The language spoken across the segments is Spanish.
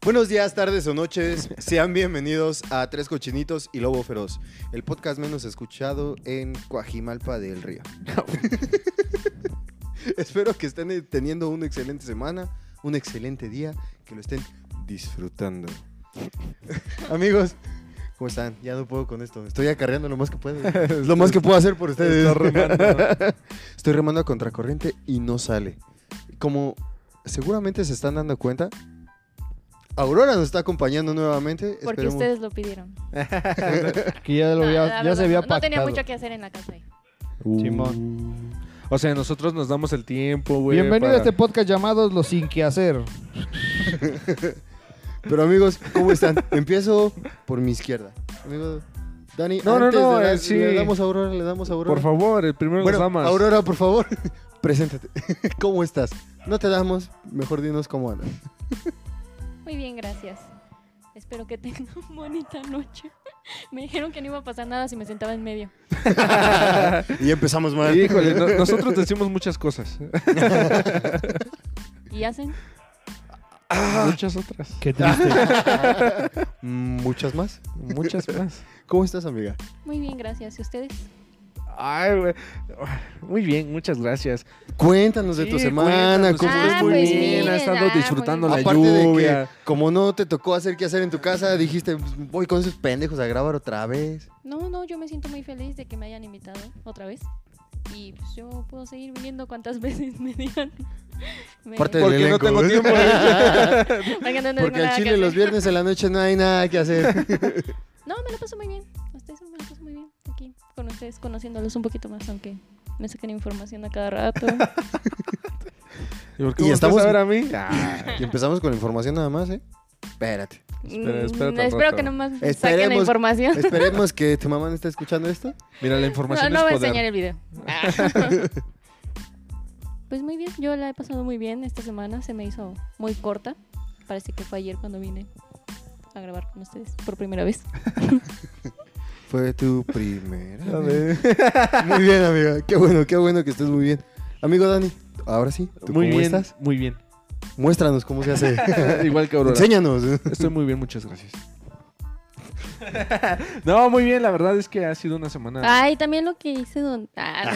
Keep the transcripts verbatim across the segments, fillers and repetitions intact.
Buenos días, tardes o noches. Sean bienvenidos a Tres Cochinitos y Lobo Feroz, el podcast menos escuchado en Coajimalpa del Río. Espero que estén teniendo una excelente semana, un excelente día, que lo estén disfrutando. Amigos, ¿cómo están? Ya no puedo con esto. Estoy acarreando lo más que puedo. Es lo más que puedo hacer por ustedes. Estoy remando. Estoy remando a contracorriente y no sale. Como seguramente se están dando cuenta, Aurora nos está acompañando nuevamente. Porque Esperemos. ustedes lo pidieron. Que ya, lo No, había, la ya verdad, se había no, pactado. no tenía mucho que hacer en la casa. Uh. Simón. O sea, nosotros nos damos el tiempo, güey. Bienvenido para... a este podcast llamado Los Sin Que Hacer. Pero amigos, ¿cómo están? Empiezo por mi izquierda. Amigo Dani, No, no, antes no, de dar- eh, sí. le damos a Aurora, le damos a Aurora. Por favor, el primero Bueno, las damas. Aurora, por favor, preséntate. ¿Cómo estás? No te damos, mejor dinos cómo andas. Muy bien, gracias. Espero que tengan una bonita noche. Me dijeron que no iba a pasar nada si me sentaba en medio. Y empezamos mal. Híjole, no- nosotros decimos muchas cosas. ¿Y hacen? Muchas otras. Qué triste. Muchas más. Muchas más. ¿Cómo estás, amiga? Muy bien, gracias. ¿Y ustedes? Ay, güey. Muy bien, muchas gracias. Cuéntanos de Sí, tu semana. cuéntanos, ¿Cómo Ah, estás? muy pues bien, miren, ha estado ah, disfrutando muy la Aparte de lluvia. que, como no te tocó hacer qué hacer en tu casa, dijiste, pues, voy con esos pendejos a grabar otra vez. No, no, yo me siento muy feliz de que me hayan invitado otra vez. Y pues yo puedo seguir viniendo cuantas veces me digan. Me- Parte del Porque no elenco. tengo tiempo. Porque no tengo Porque nada al que chile los hacer. viernes en la noche no hay nada que hacer. No, me lo paso muy bien. Ustedes me lo paso muy bien aquí con ustedes, conociéndolos un poquito más, aunque me saquen información a cada rato. ¿Y por qué Y me estamos- estás a ver a mí? Ah, Y empezamos con la información nada más, ¿eh? Espérate. Espera, Mm, espérate un espero rato. que nomás saquen la Esperemos- información. Esperemos que tu mamá no esté escuchando esto. mira, la No, información no voy a es poder. enseñar el video. Pues muy bien, yo la he pasado muy bien esta semana, se me hizo muy corta. Parece que fue ayer cuando vine a grabar con ustedes por primera vez. Fue tu primera A vez. ver. Muy bien, amiga. Qué bueno, qué bueno que estés muy bien. Amigo Dani, ahora sí. ¿Tú Muy cómo bien, estás? muy bien. Muéstranos cómo se hace. Igual que Aurora. Enséñanos. Estoy muy bien, muchas gracias. No, muy bien, la verdad es que ha sido una semana. Ay, también lo que hice don... Ah,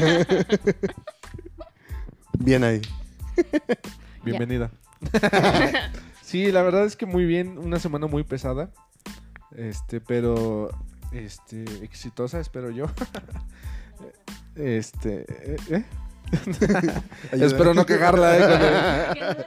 Bien ahí. Bienvenida. Sí, la verdad es que muy bien, una semana muy pesada. Este, pero este exitosa, espero yo. Este, ¿eh? ¿eh? Ayuda. Espero no cagarla, eh, cuando-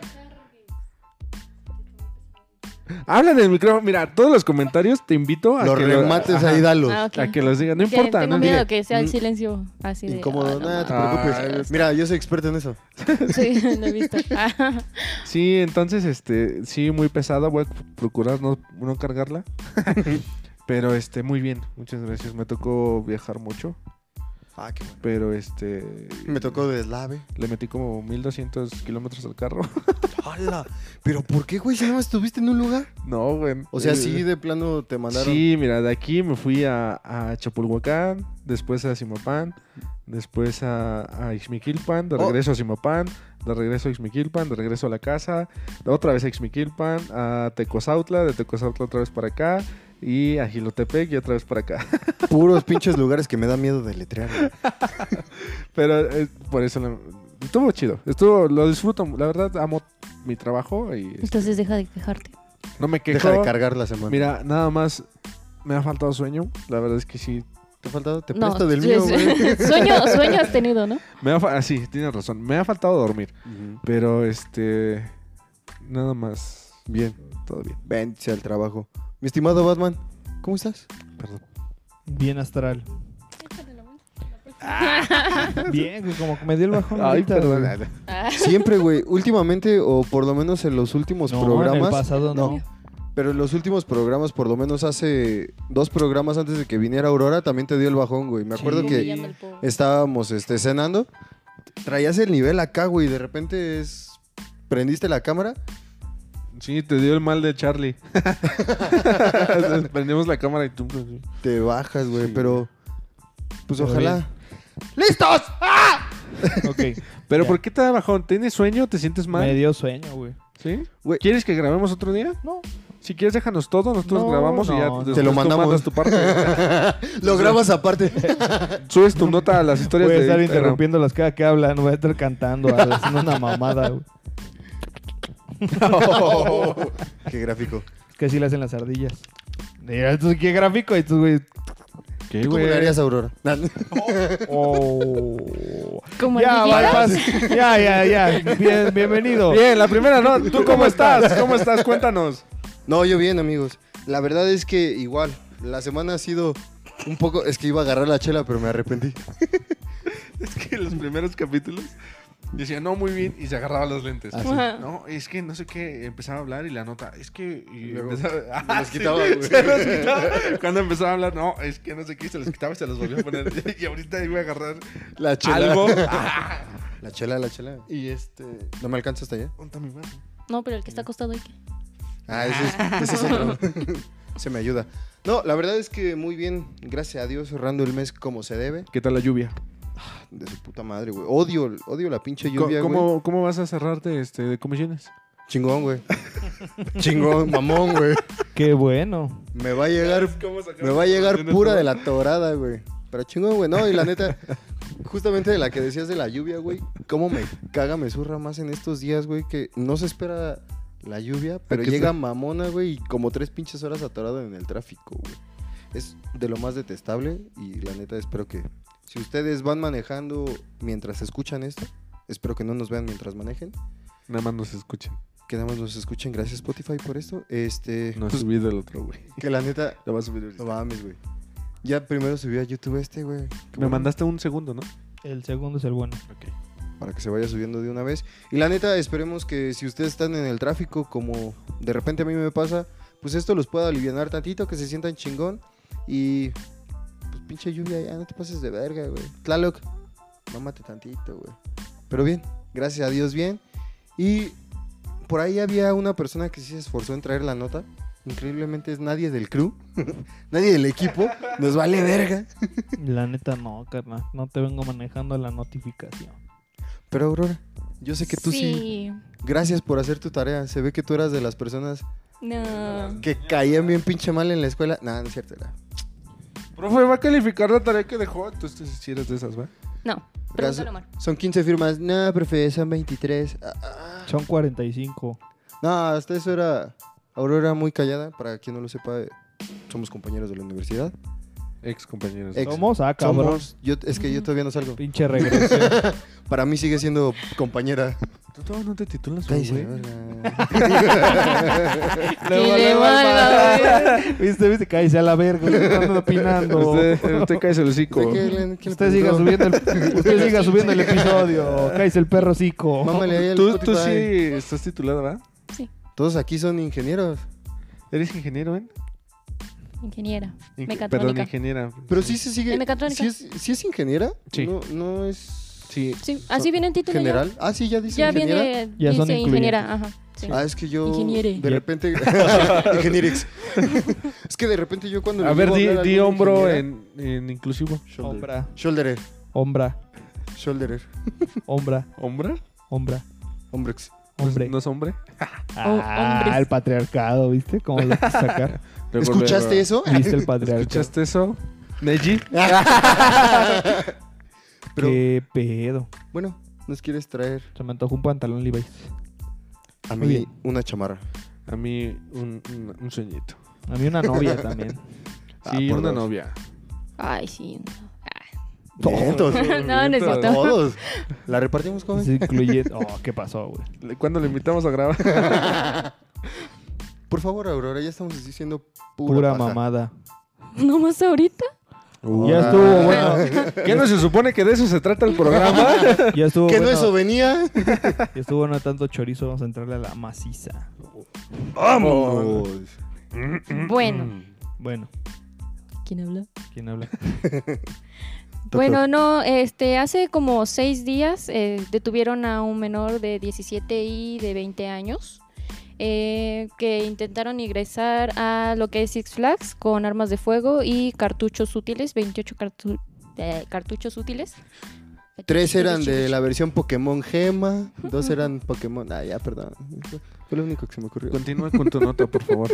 Habla del micrófono. Mira, todos los comentarios te invito a Los que lo- remates ajá, ahí, dalos. Ah, ok. a que los digan. No Que importa, tengo no miedo diga- que sea el Mm. silencio así de... Incómodo. ah, no Nada, te mames. preocupes. Ah, Mira, yo soy experto en eso. Sí, lo he visto. Ah. Sí, entonces, este, sí, muy pesada. Voy a procurar no, no cargarla. Pero, este, muy bien. Muchas gracias. Me tocó viajar mucho. Ah, qué bueno. Pero, este, Me tocó de deslave. le metí como mil doscientos kilómetros al carro. ¡Hala! ¿Pero por qué, güey? Si nada más estuviste en un lugar. No, güey. O sea, Eh, sí, de plano te mandaron. Sí, mira, de aquí me fui a, a Chapulhuacán, después a Simapán, después a, a Ixmiquilpan, de Oh. regreso a Simapán, de regreso a Ixmiquilpan, de regreso a la casa, de otra vez a Ixmiquilpan, a Tecozautla, de Tecozautla otra vez para acá y a Jilotepec y otra vez para acá. Puros pinches lugares que me da miedo deletrear. güey. Pero eh, por eso lo- estuvo chido, estuvo, lo disfruto, la verdad amo mi trabajo y este, Entonces deja de quejarte. no me quejo. Deja de cargar la semana. Mira, nada más me ha faltado sueño, la verdad es que sí. ¿Te ha faltado? Te No, presto del sí, mío, sí. güey. sueño, sueño has tenido, ¿no? Me ha fa- ah, sí, tienes razón. Me ha faltado dormir. Ujú. Pero este. Nada más. Bien. Todo bien. Vente al trabajo. Mi estimado Batman, ¿cómo estás? Perdón. Bien astral. Bien, güey, como que me dio el bajón. Ay, ahorita, perdón. güey. Ah, Siempre, güey. Últimamente, o por lo menos en los últimos No, en programas. el pasado no. no. Pero en los últimos programas, por lo menos hace dos programas antes de que viniera Aurora, también te dio el bajón, güey. Me acuerdo Sí. que humillando al pobre. estábamos este, cenando. Traías el nivel acá, güey. Y de repente es... prendiste la cámara. Sí, te dio el mal de Charlie. Prendimos la cámara y tú. pues, sí. Te bajas, güey. Sí. Pero... pues Pero ojalá... ¡Listos! Ok. Pero Ya. ¿por qué te da bajón? ¿Tienes sueño? ¿Te sientes mal? Me dio sueño, güey. ¿Sí? Güey. ¿Quieres que grabemos otro día? No. Si quieres, déjanos todo, nosotros No, grabamos y ya no, no. después Te lo tú mandamos. mandas tu parte. Lo grabas aparte. Subes tu nota a las historias Voy a de estar Instagram. interrumpiéndolas cada que hablan. Voy a estar cantando, haciendo una mamada, güey. Qué gráfico. Es que así le hacen las ardillas. Mira, esto qué gráfico. Y tú, güey. ¿Qué, ¿Tú cómo güey? le harías a Aurora? Oh. Como Ya, ardillitas. bypass. Ya, ya, ya. Bien, bienvenido. Bien, la primera, ¿no? ¿Tú cómo estás? ¿Cómo estás? Cuéntanos. No, yo bien, amigos. La verdad es que igual, la semana ha sido un poco... Es que iba a agarrar la chela, pero me arrepentí. Es que en los primeros capítulos decía, no, muy bien, y se agarraba los lentes. Ah, sí. Ajá. No, es que no sé qué, empezaba a hablar y la nota, es que... Y Luego, empezaba, me Ah, los sí, quitaba, güey. se los quitaba. Cuando empezaba a hablar, no, es que no sé qué, se los quitaba y se los volvía a poner. Y ahorita iba a agarrar La chela. algo. La chela, la chela. Y este... ¿No me alcanza hasta allá? ¿Dónde está mi vaso? No, pero el que está acostado ahí. ¿qué? Ah, ese es, ese es otro. Se me ayuda. No, la verdad es que muy bien, gracias a Dios, cerrando el mes como se debe. ¿Qué tal la lluvia? De su puta madre, güey. Odio, odio la pinche lluvia, güey. ¿Cómo, ¿Cómo vas a cerrarte este, de comisiones? Chingón, güey. Chingón, mamón, güey. Qué bueno. Me va a llegar, me va a llegar pura de la torada, güey. Pero chingón, güey. No, y la neta, justamente de la que decías de la lluvia, güey. Cómo me caga, me zurra más en estos días, güey, que no se espera la lluvia, pero qué llega se- mamona, güey, y como tres pinches horas atorado en el tráfico, güey. Es de lo más detestable y la neta espero que si ustedes van manejando mientras escuchan esto, espero que no nos vean mientras manejen, Nada más nos escuchen. que nada más nos escuchen. Gracias Spotify por esto. Este, No he pues, subido el otro, güey. que la neta, Lo vas a subir ahorita. no mames, güey. Ya primero subí a YouTube este, güey. Qué Me bueno. mandaste un segundo, ¿no? El segundo es el bueno. Ok. Para que se vaya subiendo de una vez. Y la neta, esperemos que si ustedes están en el tráfico, como de repente a mí me pasa, pues esto los pueda alivianar tantito, que se sientan chingón. Y pues pinche lluvia, ya no te pases de verga, güey. Tlaloc, mámate tantito, güey. Pero bien, gracias a Dios, bien. Y por ahí había una persona que sí se esforzó en traer la nota. Increíblemente es nadie del crew, nadie del equipo. Nos vale verga. La neta no, carnal. No te vengo manejando la notificación. Pero Aurora, yo sé que tú sí. Gracias por hacer tu tarea. Se ve que tú eras de las personas No. que caían bien pinche mal en la escuela. Nah, no es cierto. Era. Profe, ¿va a calificar la tarea que dejó? Entonces, si eres de esas, ¿va? No. Pregúntale, Omar. Son quince firmas. No, profe, son veintitrés. Ah, ah. Son cuarenta y cinco. No, hasta eso era... Aurora muy callada. Para quien no lo sepa, eh, somos compañeros de la universidad. Ex compañeros. Ex. Somos, ah, cabrón. Somos... Yo, es que yo todavía no salgo. Pinche regresión. Para mí sigue siendo compañera. ¿Tú todavía no te titulas, Cállese, güey? verga. Luego, le luego, valga, al- ¿Viste, viste? Cállese a la verga. Usted está andando opinando. Usted, usted cae el hocico. ¿De qué le- quién le Usted siga preguntó? subiendo el, usted siga subiendo el episodio. Cállese el perro cico. Mámale ahí al Tú, tú sí Spotify. estás titulada, ¿va? Todos aquí son ingenieros. ¿Eres ingeniero, eh? Ingeniera. Inge- Mecatrónica. Perdón, ingeniera. Pero sí se sigue... ¿En mecatrónica? ¿Sí es, sí es ingeniera? Sí. No, no es... Sí. Sí, así viene el título. ¿General? Ah, sí, ya dice Ya, ya ingeniera. viene. Ya son dice incluyentes. ingeniera. Ajá. Sí. Ah, es que yo... Ingeniere. De repente... Ingenierix. Es que de repente yo cuando... A le ver, digo di, hablar a di alguien de hombro ingeniera- en, en inclusivo. Shoulder. Hombra, Shoulderer. hombra, Shoulderer. hombra, ¿Hombra? hombra, Hombrex. hombre. ¿No es hombre? Ah, hombres. el patriarcado, ¿viste? ¿Cómo lo quise sacar? Luego, ¿Escuchaste luego- eso? ¿Viste el patriarcado? ¿Escuchaste eso? Neji. Pero, ¿Qué pedo? bueno, ¿nos quieres traer Se me antojó un pantalón Levi's. a Muy mí bien. una chamarra? A mí, un, un, un sueñito. A mí una novia también. Ah, Sí, por una dos. novia. Ay, sí. Vientos. No, no es cierto. Todos. ¿La repartimos, joven? Sí, incluye... Oh, ¿qué pasó, güey? ¿Cuándo le invitamos a grabar? Por favor, Aurora, ya estamos diciendo pura, Pura paja. mamada. ¿No más ahorita? Ya estuvo bueno. ¿Qué no se supone que de eso se trata el programa? Ya estuvo ¿Que no bueno. eso venía? Ya estuvo bueno tanto chorizo. Vamos a entrarle a la maciza. ¡Vamos! Bueno. Bueno, ¿Quién habla? ¿quién habla? Bueno, no, este, hace como seis días eh, detuvieron a un menor de diecisiete y de veinte años eh, que intentaron ingresar a lo que es Six Flags con armas de fuego y cartuchos útiles, veintiocho cartu- eh, cartuchos útiles. Tres eran de la versión Pokémon Gema, dos eran Pokémon... Ah, ya, perdón. Fue lo único que se me ocurrió. Continúa con tu nota, por favor.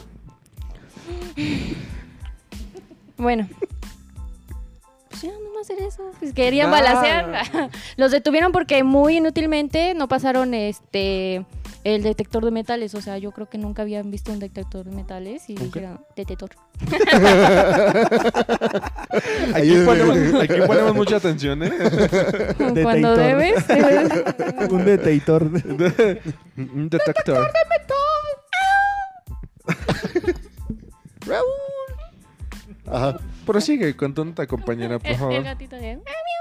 Bueno. Pues ya, no más hacer eso. Pues querían Ah. balacear. Los detuvieron porque muy inútilmente no pasaron este el detector de metales. O sea, yo creo que nunca habían visto un detector de metales y ¿Un qué? dijeron, detector. Aquí ponemos, aquí ponemos mucha atención, ¿eh? Cuando debes, debes. Un detector. Un detector. Ajá. Prosigue con tu nota, compañera, por El, el favor. gatito de...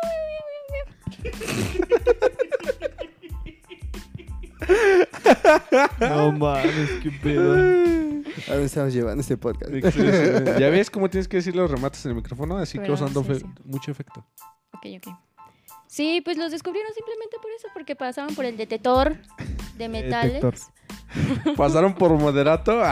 No mames, qué pedo. ¿A dónde estamos llevando este podcast? Excelente. ¿Ya ves cómo tienes que decir los remates en el micrófono? Así Pero, causando sí, fe- sí. mucho efecto. Ok, ok. Sí, pues los descubrieron simplemente por eso, porque pasaban por el detector de metales. Detector. Pasaron por moderato.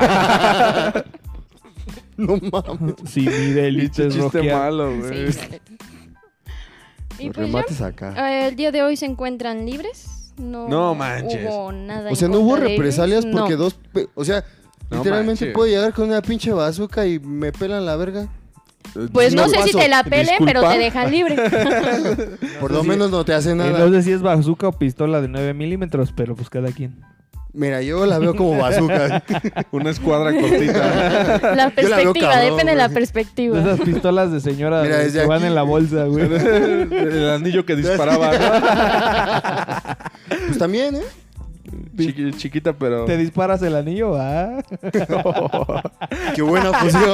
No mames. Sí, mi delito es chiste rockear. malo, Sí, güey. la neta. Y Los pues remates acá. ya, eh, el día de hoy se encuentran libres. No, No manches. hubo nada O sea, en no hubo contra de ellos. represalias No. porque dos... pe- O sea, No literalmente manches. puedo llegar con una pinche bazooka y me pelan la verga. Pues no, No sé si paso. te la pelen, pero Disculpa. te dejan libre. Por lo menos no te hace Y nada. no sé si es bazooka o pistola de nueve milímetros, pero pues cada quien. Mira, yo la veo como bazooka. Una escuadra cortita. La Yo la veo perspectiva, cabrón, depende de la güey. perspectiva. De esas pistolas de señora Mira, que desde van aquí. en la bolsa, güey. El anillo que disparaba, ¿no? Pues también, ¿eh? Chiqui- chiquita, pero... ¿Te disparas el anillo? Ah. Qué buena fusión.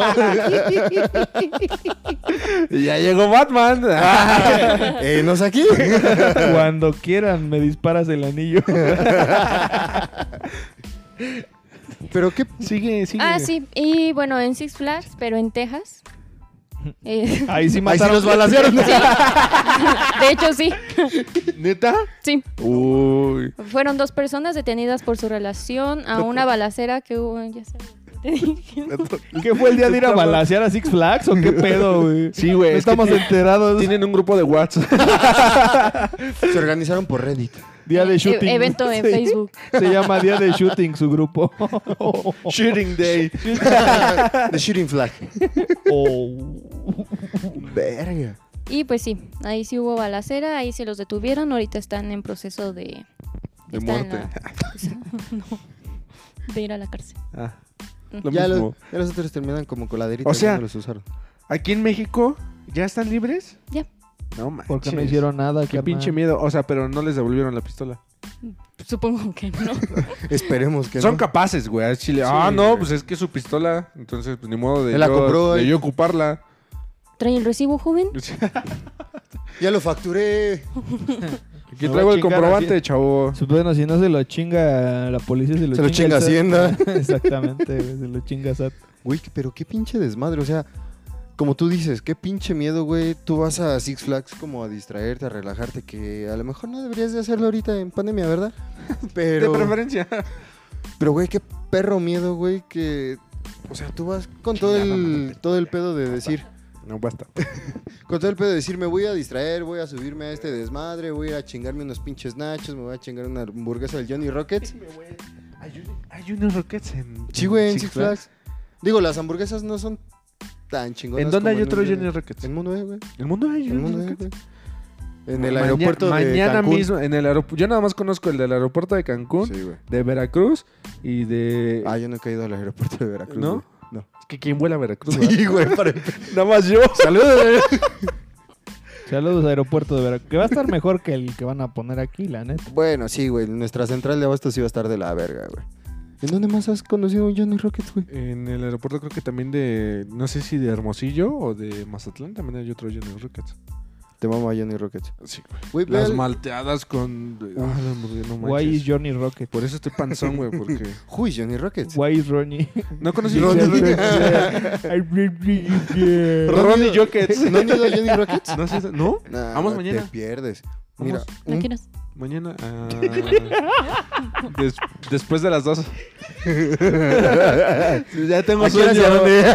Ya llegó Batman. eh, ¿no es aquí? Cuando quieran me disparas el anillo. Pero qué... Sigue, sigue. Ah, sí. Y bueno, en Six Flags, pero en Texas. eh, Ahí sí Ahí sí mataron. los balacearon. de hecho, sí. ¿Neta? Sí. Uy. Fueron dos personas detenidas por su relación a una balacera que hubo, ya sabes. te dije. ¿Qué fue el día de ir a balacear a Six Flags o qué pedo, güey? Sí, güey. No es que estamos tienen- enterados. Tienen un grupo de WhatsApp. Se organizaron por Reddit. Día de E- shooting. evento en Sí. Facebook. Se llama Día de Shooting su grupo. Shooting Day. The Shooting Flag. Oh. Verga. Y pues sí, ahí sí hubo balacera, ahí se los detuvieron, ahorita están en proceso de... De están en muerte. la- no, de ir a la cárcel. Ah, lo Ya, mismo. lo- ya los otros terminan como coladeritos. O sea- ya no los usaron. Aquí en México, ¿ya están libres? Ya. No manches. Porque no hicieron nada, Qué carnal. pinche miedo. O sea, pero no les devolvieron la pistola. Supongo que no. Esperemos que Son no. capaces, güey. al Chile. Sí, ah, no, güey. pues es que es su pistola. Entonces, pues ni modo de, Él la yo, compró, de eh. yo ocuparla. ¿Trae el recibo, joven? Ya lo facturé. Aquí Me traigo voy a el chingar comprobante, así. chavo. Bueno, si no se lo chinga la policía, se lo Se lo chinga, chinga el SAT. Hacienda. Exactamente, güey, se lo chinga S A T. Güey, pero qué pinche desmadre. O sea, como tú dices, qué pinche miedo, güey. Tú vas a Six Flags como a distraerte, a relajarte, que a lo mejor no deberías de hacerlo ahorita en pandemia, ¿verdad? Pero... De preferencia. Pero, güey, qué perro miedo, güey, que... O sea, tú vas con todo el, todo el pedo de decir... No, basta. Con todo el pedo de decir, me voy a distraer, voy a subirme a este desmadre, voy a ir a chingarme unos pinches nachos, me voy a chingar una hamburguesa del Johnny Rockets. Hay unos Rockets en. Sí, güey, en Six Flags. Digo, las hamburguesas no son tan chingonas. ¿En dónde como hay otro un- Johnny Rockets? En Mundo E, güey. ¿El mundo hay En Johnny Mundo E, Rockets? güey. En el Maña- aeropuerto de Mañana Cancún. mismo, en el aeropuerto. Yo nada más conozco el del aeropuerto de Cancún, Sí, güey. de Veracruz y de. Ah, yo no he caído al aeropuerto de Veracruz, ¿No? güey. No. Es que ¿quién vuela a Veracruz? ¿verdad? Sí, güey, para... Nada más yo. Saludos. Saludos aeropuerto de Veracruz. Que va a estar mejor que el que van a poner aquí, la neta. Bueno, sí, güey. Nuestra central de abastos sí va a estar de la verga, güey. ¿En dónde más has conocido un Johnny Rockets, güey? En el aeropuerto creo que también de. No sé si de Hermosillo o de Mazatlán también hay otro Johnny Rockets. Te mamo a Johnny Rockets. Sí, güey. Güey, ve Las al- malteadas con. Ah, la hamburguesa, no Why is manches. Johnny Rocket? Por eso estoy panzón, güey, porque. Uy, Johnny Rockets. Why is Ronnie? No conocí Ronnie. Ronnie Rockets. ¿No han ido a Johnny Rockets? No sé, ¿no? Nah, Vamos mañana. Te pierdes. Vamos. Mira, ¿No un- quieres? Mañana. ah, des- después de las dos. ya tengo ¿A qué hora sueño. se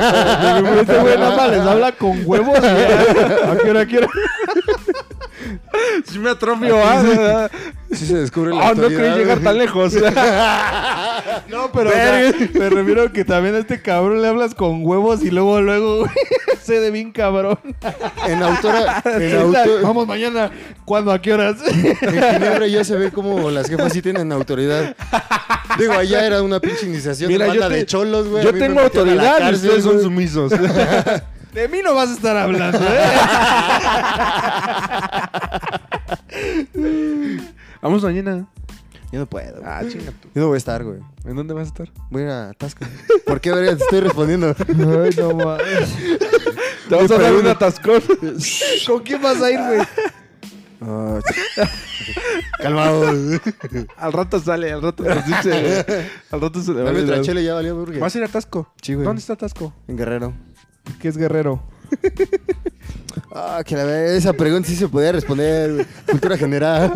dónde? Este güey nada más les habla con huevos. y ya. ¿A qué hora, a qué hora? Sí me atrofio, ¿ah? Sí se descubre la Oh, no autoridad. creí llegar tan lejos. No, pero o sea, me refiero que también a este cabrón le hablas con huevos y luego, luego, güey, se de bien cabrón. En autora, en Sí, auto, Vamos mañana. ¿Cuándo? ¿A qué horas? en Ginebra ya se ve como las jefas sí tienen autoridad. Digo, allá era una pinche iniciación Mira, de yo banda te- de cholos, güey. Yo A mí me tengo metieron a la autoridad y cárcel, ustedes son güey. sumisos. De mí no vas a estar hablando, ¿eh? Vamos mañana. Yo no puedo. güey. Ah, chinga tú. Yo no voy a estar, güey. ¿En dónde vas a estar? Voy a ir a Tasco. ¿Por qué, verga? Te estoy respondiendo. Ay, no mames. Te vamos a dar un atascón. ¿Con quién vas a ir, güey? Ah, calmado. Al rato sale, al rato nos dice. Al rato se le va a Dame otra olvidar. chela y ya valió burger. ¿Vas a ir a Tasco? Sí, güey. ¿Dónde está Tasco? En Guerrero. ¿Qué es guerrero? Ah, que la verdad, esa pregunta sí se podía responder, güey. Cultura general.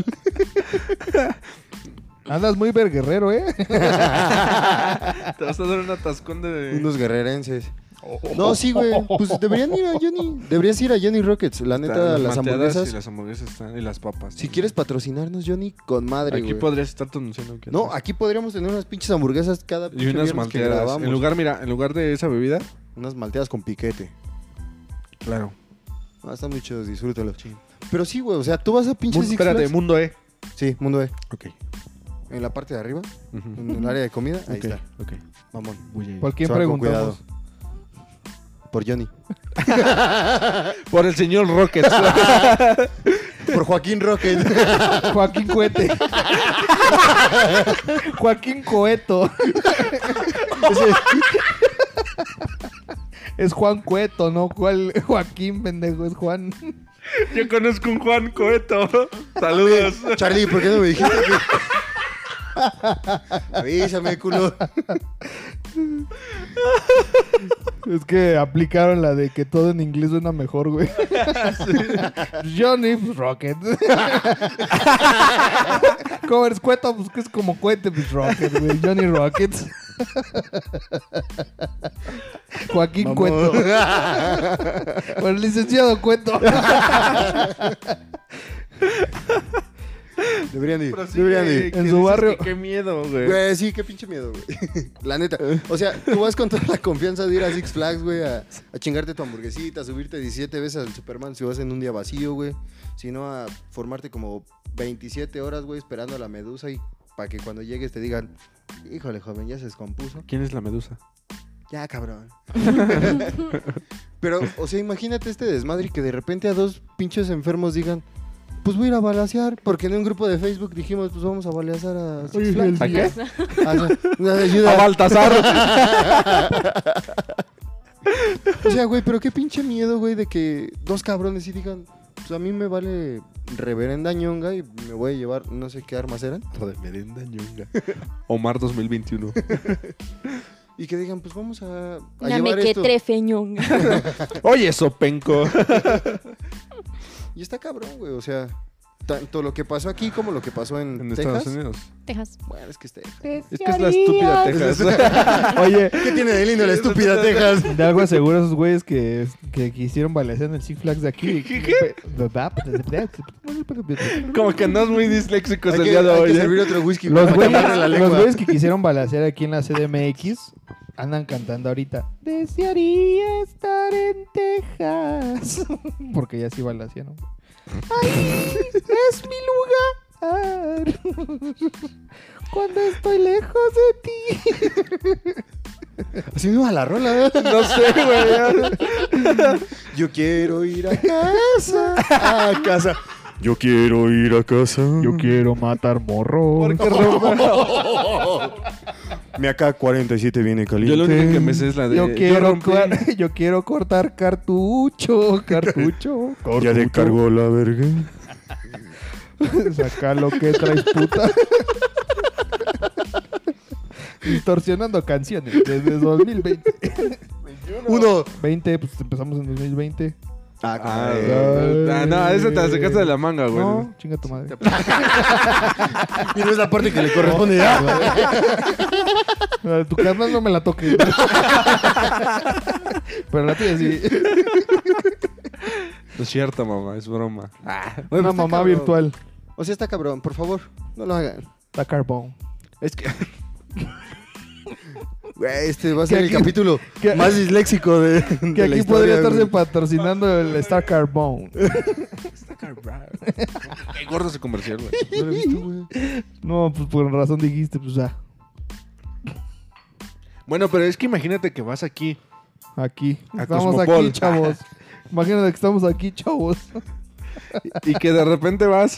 Andas muy verguerrero, ¿eh? Te vas a dar un atascón de... Unos guerrerenses. No, sí, güey. Pues deberían ir a Johnny. Deberías ir a Johnny Rockets. La neta, Están las malteadas hamburguesas. Y las hamburguesas están... Y las papas. Si quieres patrocinarnos, Johnny, con madre, Aquí güey. podrías estar anunciando. que No, haces. aquí podríamos tener unas pinches hamburguesas cada Y pinche unas viernes que malteadas. grabamos. En lugar, mira, en lugar de esa bebida... Unas malteadas con piquete. Claro. Ah, están muy chidos, disfrútalo. Pero sí, güey, o sea, tú vas a pinches Mundo, Six espérate, Flags. Mundo E. Sí, Mundo E. Ok. En la parte de arriba, Ujú. en el área de comida, ahí Ok, está. ok. Mamón. Voy a ir. ¿Por quién Se va con preguntamos? Por Johnny. Por el señor Rockets. Por Joaquín Rocket. Joaquín Cohete. Joaquín Coeto. Ese- Es Juan Cueto, ¿no? ¿Cuál? Joaquín, pendejo, es Juan. Yo conozco un Juan Coeto. Saludos. Charlie, ¿por qué no me dijiste? que- Avísame, culo. Es que aplicaron la de que todo en inglés suena mejor, güey. Johnny pues, Rocket. ¿Cómo eres Cueto? Pues que es como cohete, pues Rocket, güey. Johnny Rockets. Joaquín Mamón. Cueto. Bueno, el licenciado Cueto. Deberían ir. Pero sí, Deberían güey, ir. que En su dices barrio. que Qué miedo, güey. Güey, sí, qué pinche miedo, güey. La neta. O sea, tú vas con toda la confianza de ir a Six Flags, güey, a, a chingarte tu hamburguesita, a subirte diecisiete veces al Superman si vas en un día vacío, güey. Sino a formarte como veintisiete horas, güey, esperando a la medusa y para que cuando llegues te digan, híjole, joven, ya se descompuso. ¿Quién es la medusa? Ya, cabrón. Pero, o sea, imagínate este desmadre y que de repente a dos pinches enfermos digan, pues voy a ir a balacear, porque en un grupo de Facebook dijimos, pues vamos a balacear a Six Oye, Flags. ¿A qué? Ah, o sea, una A ayuda. Baltasar. O sea, güey, pero qué pinche miedo, güey, de que dos cabrones sí digan, pues a mí me vale reverenda ñonga y me voy a llevar, no sé qué armas eran. de merenda ñonga. Omar dos mil veintiuno. Y que digan, pues vamos a, a Una llevar esto. mequetrefeñón. Oye, Sopenco. Y está cabrón, güey, o sea, tanto lo que pasó aquí como lo que pasó en, En Texas. Estados Unidos. Texas. Bueno, es que es Texas. Es que es la estúpida Texas. Oye, ¿Qué tiene de lindo la estúpida Texas? de algo aseguro a esos güeyes que, que quisieron balacear en el Six Flags de aquí. ¿Qué, Como que andamos muy disléxicos Hay el que, día de hay hoy. que ¿eh? servir otro whisky Los para güeyes, taparle la los lengua. güeyes que quisieron balacear aquí en la C D M X andan cantando ahorita. Desearía estar en Texas. Porque ya sí balacearon. ¡Ay! ¡Es mi lugar! Cuando estoy lejos de ti. Así me va la rola. No sé, güey. Yo quiero ir a casa. A casa. Yo quiero ir a casa. Yo quiero matar morros. Mi A K cuarenta y siete viene caliente. Yo lo único que me sé es la de... Yo quiero, rompí- cua- yo quiero cortar cartucho, cartucho. Ya descargó la verga. Saca lo que traes, puta. Distorsionando canciones desde dos mil veinte. Uno. veinte, pues empezamos en dos mil veinte. Ah, Ah, Ay. ah, no, esa te la sacaste de la manga, güey. No, chinga tu madre. y no es la parte que le corresponde. Ah, tu carnal no me la toque. Pero la tuya sí. es cierto, mamá, es broma. Güey, Una pues está mamá cabrón. virtual. O sea, está cabrón, por favor, no lo hagan. Da carbón. Es que... Güey, este va a ser Que el aquí- capítulo que- más disléxico de, de Que la aquí historia, podría estarse güey. patrocinando el Star Carbón. Está cabrón. Qué gordo ese comercial, güey. No lo he visto, güey. No, pues por razón dijiste, pues ya. Bueno, pero es que imagínate que vas aquí. Aquí. A Estamos Cosmopol. aquí, chavos. Imagínate que estamos aquí, chavos. Y que de repente vas.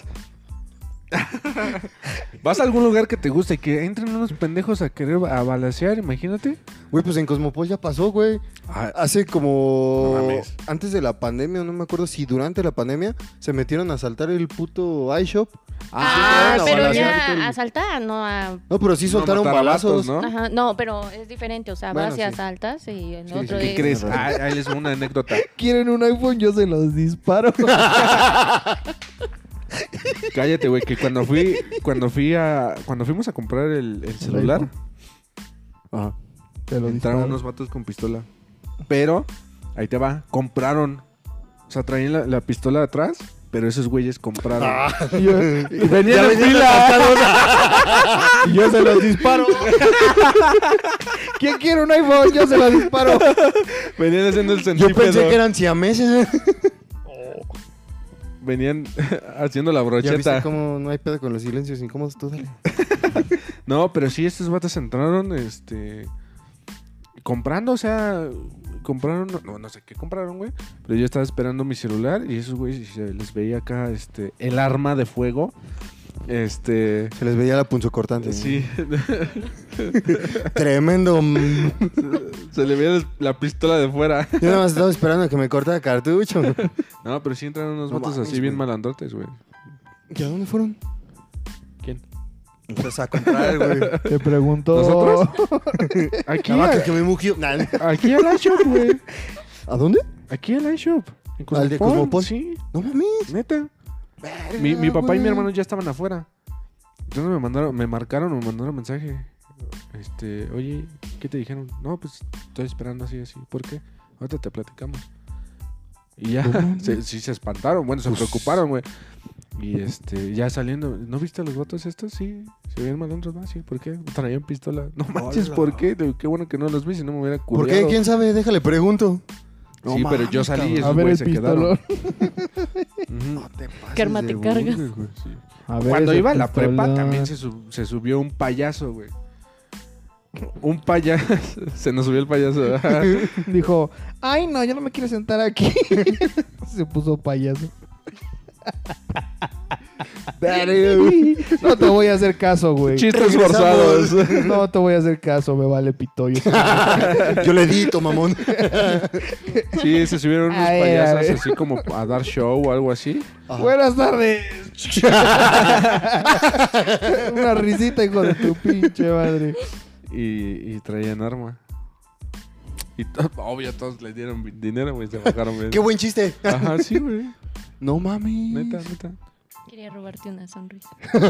Vas a algún lugar que te guste y que entren unos pendejos a querer a balacear, imagínate. Güey, pues en Cosmopol ya pasó, güey. Ah, Hace como... No mames. Antes de la pandemia, no me acuerdo si durante la pandemia, se metieron a asaltar el puto iShop. Ah, sí, pero balacear y todo ya el- asaltar, no a... No, pero sí no, soltaron matar a balazos. vatos, ¿no? Ajá, no, pero es diferente, o sea, Bueno, vas y sí. asaltas y en Sí, otro sí. es... ¿Qué crees? Ah, ahí les va una anécdota. ¿Quieren un iPhone? Yo se los disparo. Cállate, güey, que cuando fui, cuando fui a, cuando fuimos a comprar el, el celular, Ajá. Te lo entraron disparo. unos vatos con pistola. Pero, ahí te va, compraron. O sea, traían la, la pistola de atrás, pero esos güeyes compraron. Y yo, y venían Ya en venían fila. Y yo se los disparo. ¿Quién quiere un iPhone? Yo se los disparo. Venían haciendo el Yo centípedo. pensé que eran siameses. Venían haciendo la Ya viste brocheta. cómo no hay pedo con los silencios incómodos. Tú dale. No, pero sí, estos vatos entraron, este... comprando, o sea... Compraron... No, no sé qué compraron, güey. Pero yo estaba esperando mi celular y esos güeyes se les veía acá, este... el arma de fuego. Este... Se les veía la punzocortante. Sí. Tremendo. mm. Se le veía la pistola de fuera. Yo nada más estaba esperando a que me cortara cartucho. No, pero sí entraron unos No vatos mames, así bien güey. malandrotes, güey. ¿Y a dónde fueron? ¿Quién? Pues a comprar, güey. Te preguntó. ¿Nosotros? Aquí, La vaca a- que me mugió. Nah. aquí al iShop, güey. ¿A dónde? Aquí al iShop. En ¿Al de Cosmopol, Cosmopol? Sí, No mames. neta. Mi, mi papá y mi hermano ya estaban afuera. Entonces me mandaron, me marcaron o me mandaron mensaje. Este, oye, ¿qué te dijeron? No, pues estoy esperando así, así. ¿Por qué? Ahorita te platicamos. Y ya, se, sí se espantaron, bueno, se Pues- preocuparon, güey. Y este, ya saliendo, ¿no viste a los vatos estos? Sí, se veían malandros, ¿no? Sí, ¿por qué? Traían pistola. No manches, Hola. ¿por qué? Qué bueno que no los vi, si no me hubiera ¿Por curado. qué? ¿Quién sabe? Déjale, pregunto. Sí, pero yo salí y A esos ver güeyes el se quedaron. pistolón. Ujú. No te pases Karma de te cargas. burger, güey. Sí. A ver Cuando ese iba a la prepa pistolón. también se, sub- se subió un payaso, güey. Un payaso. Se nos subió el payaso. Dijo, ay no, yo no me quiero sentar aquí. Se puso payaso. No te voy a hacer caso, güey. Chistes Regresamos. forzados. No te voy a hacer caso, me vale pito. Yo soy- Yo le edito, mamón. Sí, se subieron unos Ay, payasos ay. así como a dar show o algo así. Ajá. Buenas tardes. Una risita, hijo de tu pinche madre. Y, y traían arma. Y to- obvio, todos le dieron vi- dinero, güey. Se bajaron. güey. Qué buen chiste. Ajá, sí, güey. No mames. Neta, neta. Quería robarte una sonrisa.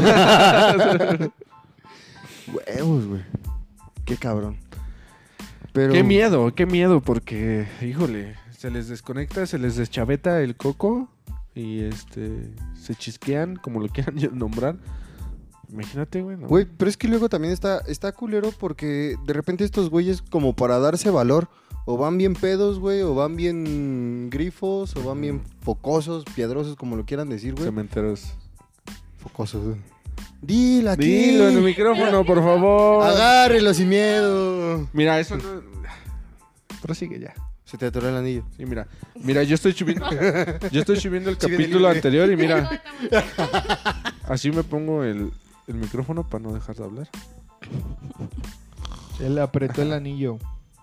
Huevos, güey. Qué cabrón. Pero... Qué miedo, qué miedo, porque, híjole, se les desconecta, se les deschaveta el coco y este se chisquean, como lo quieran nombrar. Imagínate, güey. ¿no? Güey, pero es que luego también está, está culero porque de repente estos güeyes como para darse valor o van bien pedos, güey, o van bien grifos, o van bien focosos, piedrosos, como lo quieran decir, güey. Cementeros. Focosos, güey. Dilo aquí. Dilo en el micrófono, por favor. Agárrelo sin miedo. Mira, eso no... Prosigue ya. Se te atoró el anillo. Sí, mira. Mira, yo estoy subiendo... yo estoy subiendo el Sí, viene capítulo libre. anterior y mira... Así me pongo el, el micrófono para no dejar de hablar. Él apretó el anillo.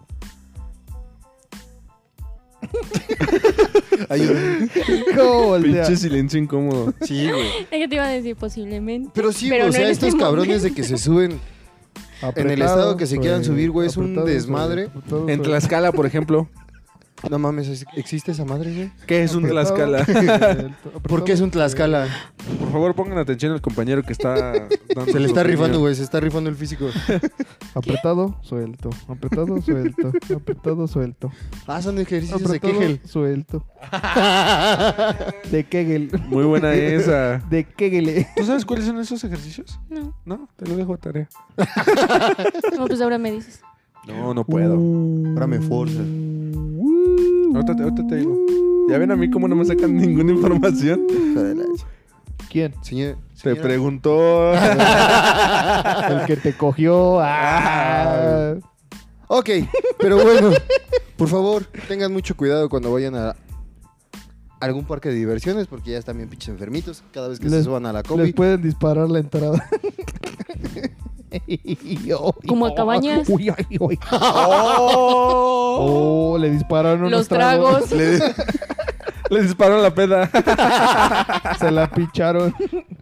Ayúdame. ¿Cómo voltea? Pinche silencio incómodo. Sí, güey. Es que te iba a decir posiblemente. Pero sí, Pero güey, o no sea, en estos este cabrones de que se suben en el Apretado estado que se sobre- quieran subir, güey, es un apretado sobre- desmadre. apretado En sobre- Tlaxcala, por ejemplo. No mames, ¿es- ¿existe esa madre, güey? ¿Qué es un Apretado, Tlaxcala? suelto, ¿Por apretado, qué es un Tlaxcala? Por favor, pongan atención al compañero que está... dando Se le su está rifando, opinión. güey, se está rifando el físico. Apretado, suelto. Apretado, suelto. Apretado, suelto. Ah, son ejercicios de Apretado, Kegel. suelto. De Kegel. Muy buena esa. De Kegel. ¿Tú sabes cuáles son esos ejercicios? No, No, te lo dejo a tarea. no, pues ahora me dices. No, no puedo. Ahora me forzas. Ahorita, te- ahorita te digo. ¿Ya ven a mí cómo no me sacan ninguna información? Hijo de la ch- ¿Quién? Señor, Te señora. preguntó. El que te cogió. Ah. Ok, pero bueno, por favor, tengan mucho cuidado cuando vayan a algún parque de diversiones porque ya están bien pinches enfermitos cada vez que se Les- suban a la Les combi. pueden disparar la entrada. Como a cabañas. Uy, ay, uy. ¡Oh! Oh, le dispararon unos Los tragos. Le- Le dispararon la peda. Se la picharon.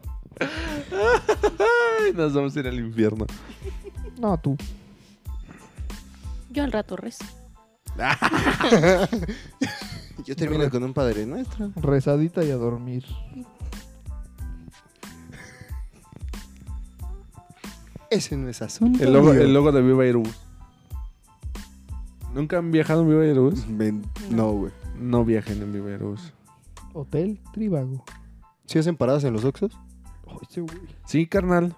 Ay, nos vamos a ir al infierno. No, tú. Yo al rato rezo. Yo termino con un Padre Nuestro. Rezadita y a dormir. Ese no es asunto. El logo, mío. el logo de Viva Aerobús. ¿Nunca han viajado en Viva Aerobús? Men- No, güey. No viajen en Viva Aerobús. Hotel Trivago. ¿Sí hacen paradas en los Oxxos? Ay, ese güey. Sí, carnal.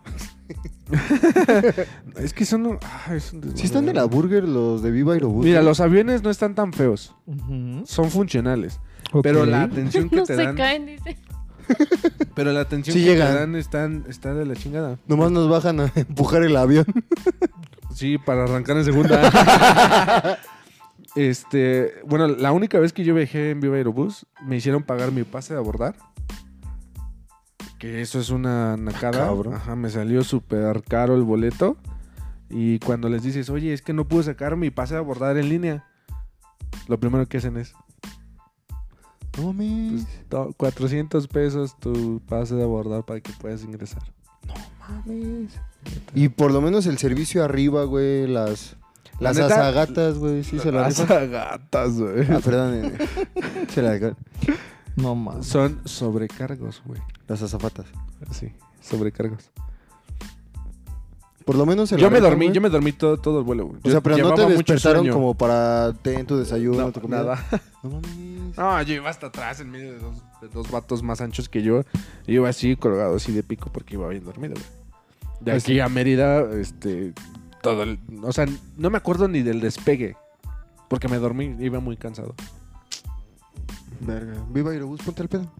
Es que son... ah, es un desmadre. Sí están de la burger los de Viva Aerobús. Mira, ¿no? los aviones no están tan feos. Ujú. Son funcionales. Ok. Pero la atención que No te se dan... caen, dice. Pero la atención Sí que llegan. te dan están, está de la chingada. Nomás nos bajan a empujar el avión. Sí, para arrancar en segunda. Este, bueno, la única vez que yo viajé en Viva Aerobús, me hicieron pagar mi pase de abordar. Que eso es una nacada. cabrón. Ajá, me salió súper caro el boleto. Y cuando les dices, oye, es que no pude sacar mi pase de abordar en línea, lo primero que hacen es, No mames. pues, to- cuatrocientos pesos tu pase de abordar para que puedas ingresar. mames. Y por lo menos el servicio arriba, güey, las La las neta, azagatas, güey, sí se la rifan. gatas, güey. Ah, perdón. eh, se la No más. Son sobrecargos, güey. las azafatas. Sí, sobrecargos. Por lo menos se la Yo me rifan, dormí, güey. yo me dormí todo, todo el vuelo, güey. O sea, pero no te Llevaba mucho despertaron sueño. como para ten tu desayuno, No, tu comida. nada. No mames. No, yo iba hasta atrás en medio de dos, de dos vatos más anchos que yo. Y iba así colgado así de pico porque iba bien dormido, güey. De Pues aquí sí. a Mérida, este, todo el, o sea, no me acuerdo ni del despegue. Porque me dormí, iba muy cansado. Verga. Viva Aerobús, ponte el pedo.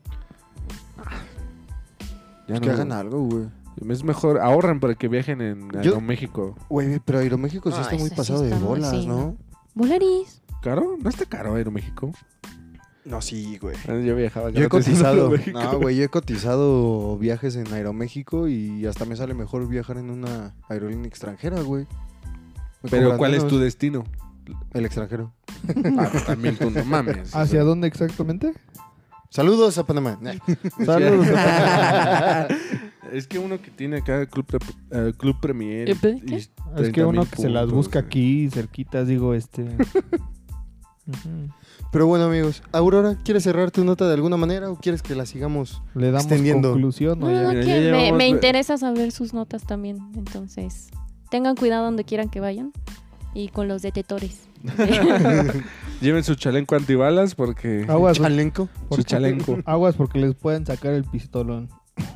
Ya Que no- hagan algo, güey. Es mejor, ahorren para que viajen en Yo- Aeroméxico. Güey, pero Aeroméxico sí Ay, está muy ese sí pasado de está muy- bolas, sí, ¿no? no. Volaris. ¿Caro? ¿No está caro Aeroméxico? No, sí, güey. Ah, Yo viajaba Yo he gratis en cotizado. Aeroméxico. No, güey, yo he cotizado viajes en Aeroméxico y hasta me sale mejor viajar en una aerolínea extranjera, güey. Me Pero cobran ¿cuál es menos. tu destino? El extranjero. Ah, también tú no mames. ¿Hacia dónde exactamente? Saludos a Panamá. Nah. Saludos. Es que uno que tiene acá Club, de- eh, Club Premier. ¿Eh, pe- y qué? Es que treinta uno mil que se las puntos, busca güey. aquí, cerquitas, digo, este. Ujú. Pero bueno, amigos. Aurora, ¿quieres cerrar tu nota de alguna manera o quieres que la sigamos? Le damos Extendiendo. conclusión, ¿no? No, Ya. no, mira, que ya me, llevamos- me interesa saber sus notas también. Entonces, tengan cuidado donde quieran que vayan. Y con los detetores. Lleven su chaleco antibalas porque... Aguas, Chalenco. porque- su chaleco. Aguas porque les pueden sacar el pistolón.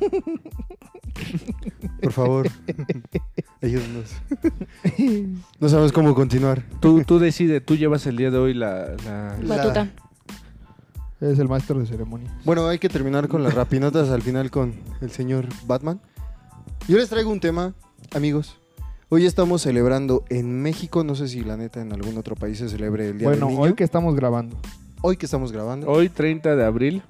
Por favor. Ayúdanos. No sabemos cómo continuar. Tú, tú decides, tú llevas el día de hoy la... la- La- Batuta. Es el maestro de ceremonia. Bueno, hay que terminar con las rapinotas al final con el señor Batman. Yo les traigo un tema, amigos. Hoy estamos celebrando en México, no sé si la neta en algún otro país se celebre el Día Bueno, del Niño. hoy que estamos grabando. Hoy que estamos grabando. Hoy, treinta de abril.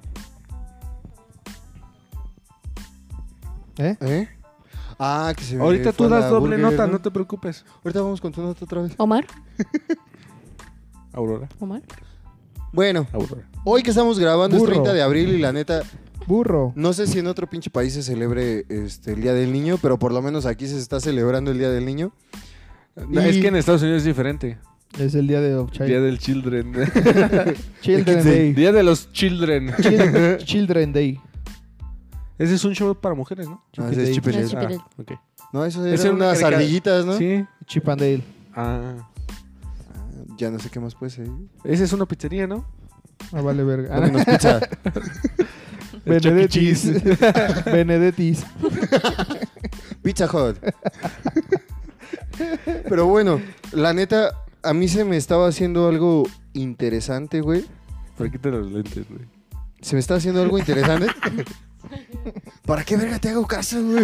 ¿Eh? ¿Eh? Ah, que se Ahorita fue tú a das la doble burger, nota, no te preocupes. Ahorita vamos con tu nota otra vez. Omar. Aurora, Omar. Bueno, Aurora. hoy que estamos grabando Burro. es treinta de abril y la neta, Burro. no sé si en otro pinche país se celebre este, el Día del Niño, pero por lo menos aquí se está celebrando el Día del Niño. No, Y- Es que en Estados Unidos es diferente. Es el día de of Child. Día del Children. Children Day. Día de los Children. Chil- Children Day. Ese es un show para mujeres, ¿no? Ah, ese es Chip and No, Dale. Chip and Dale. Ah, ok. No, eso Ese eran era una unas carica- ardillitas, ¿no? Sí. Chip and Dale. Ah. Ah, ya no sé qué más puede ser. Esa es una pizzería, ¿no? Ah, vale, verga. Domino's Pizza. Benedettis. Benedettis. Pizza Hut. Pero bueno, la neta, a mí se me estaba haciendo algo interesante, güey. Pero quita los lentes, güey. Se me está haciendo algo interesante. ¿Para qué verga te hago caso, güey?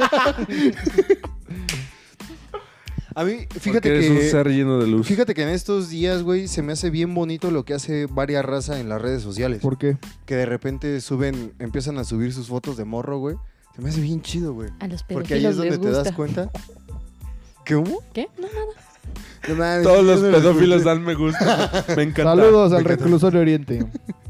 A mí, fíjate Porque eres un que... ser lleno de luz. Fíjate que en estos días, güey, se me hace bien bonito lo que hace varias raza en las redes sociales. ¿Por qué? Que de repente suben, empiezan a subir sus fotos de morro, güey. Se me hace bien chido, güey. A los Porque ahí es pedófilos donde les te das gusta. cuenta. ¿Qué humo? ¿Qué? No, nada. No mames, Todos yo los no lo pedófilos escuché. dan me gusta. Me encanta. Saludos Me al encanta. reclusorio Oriente.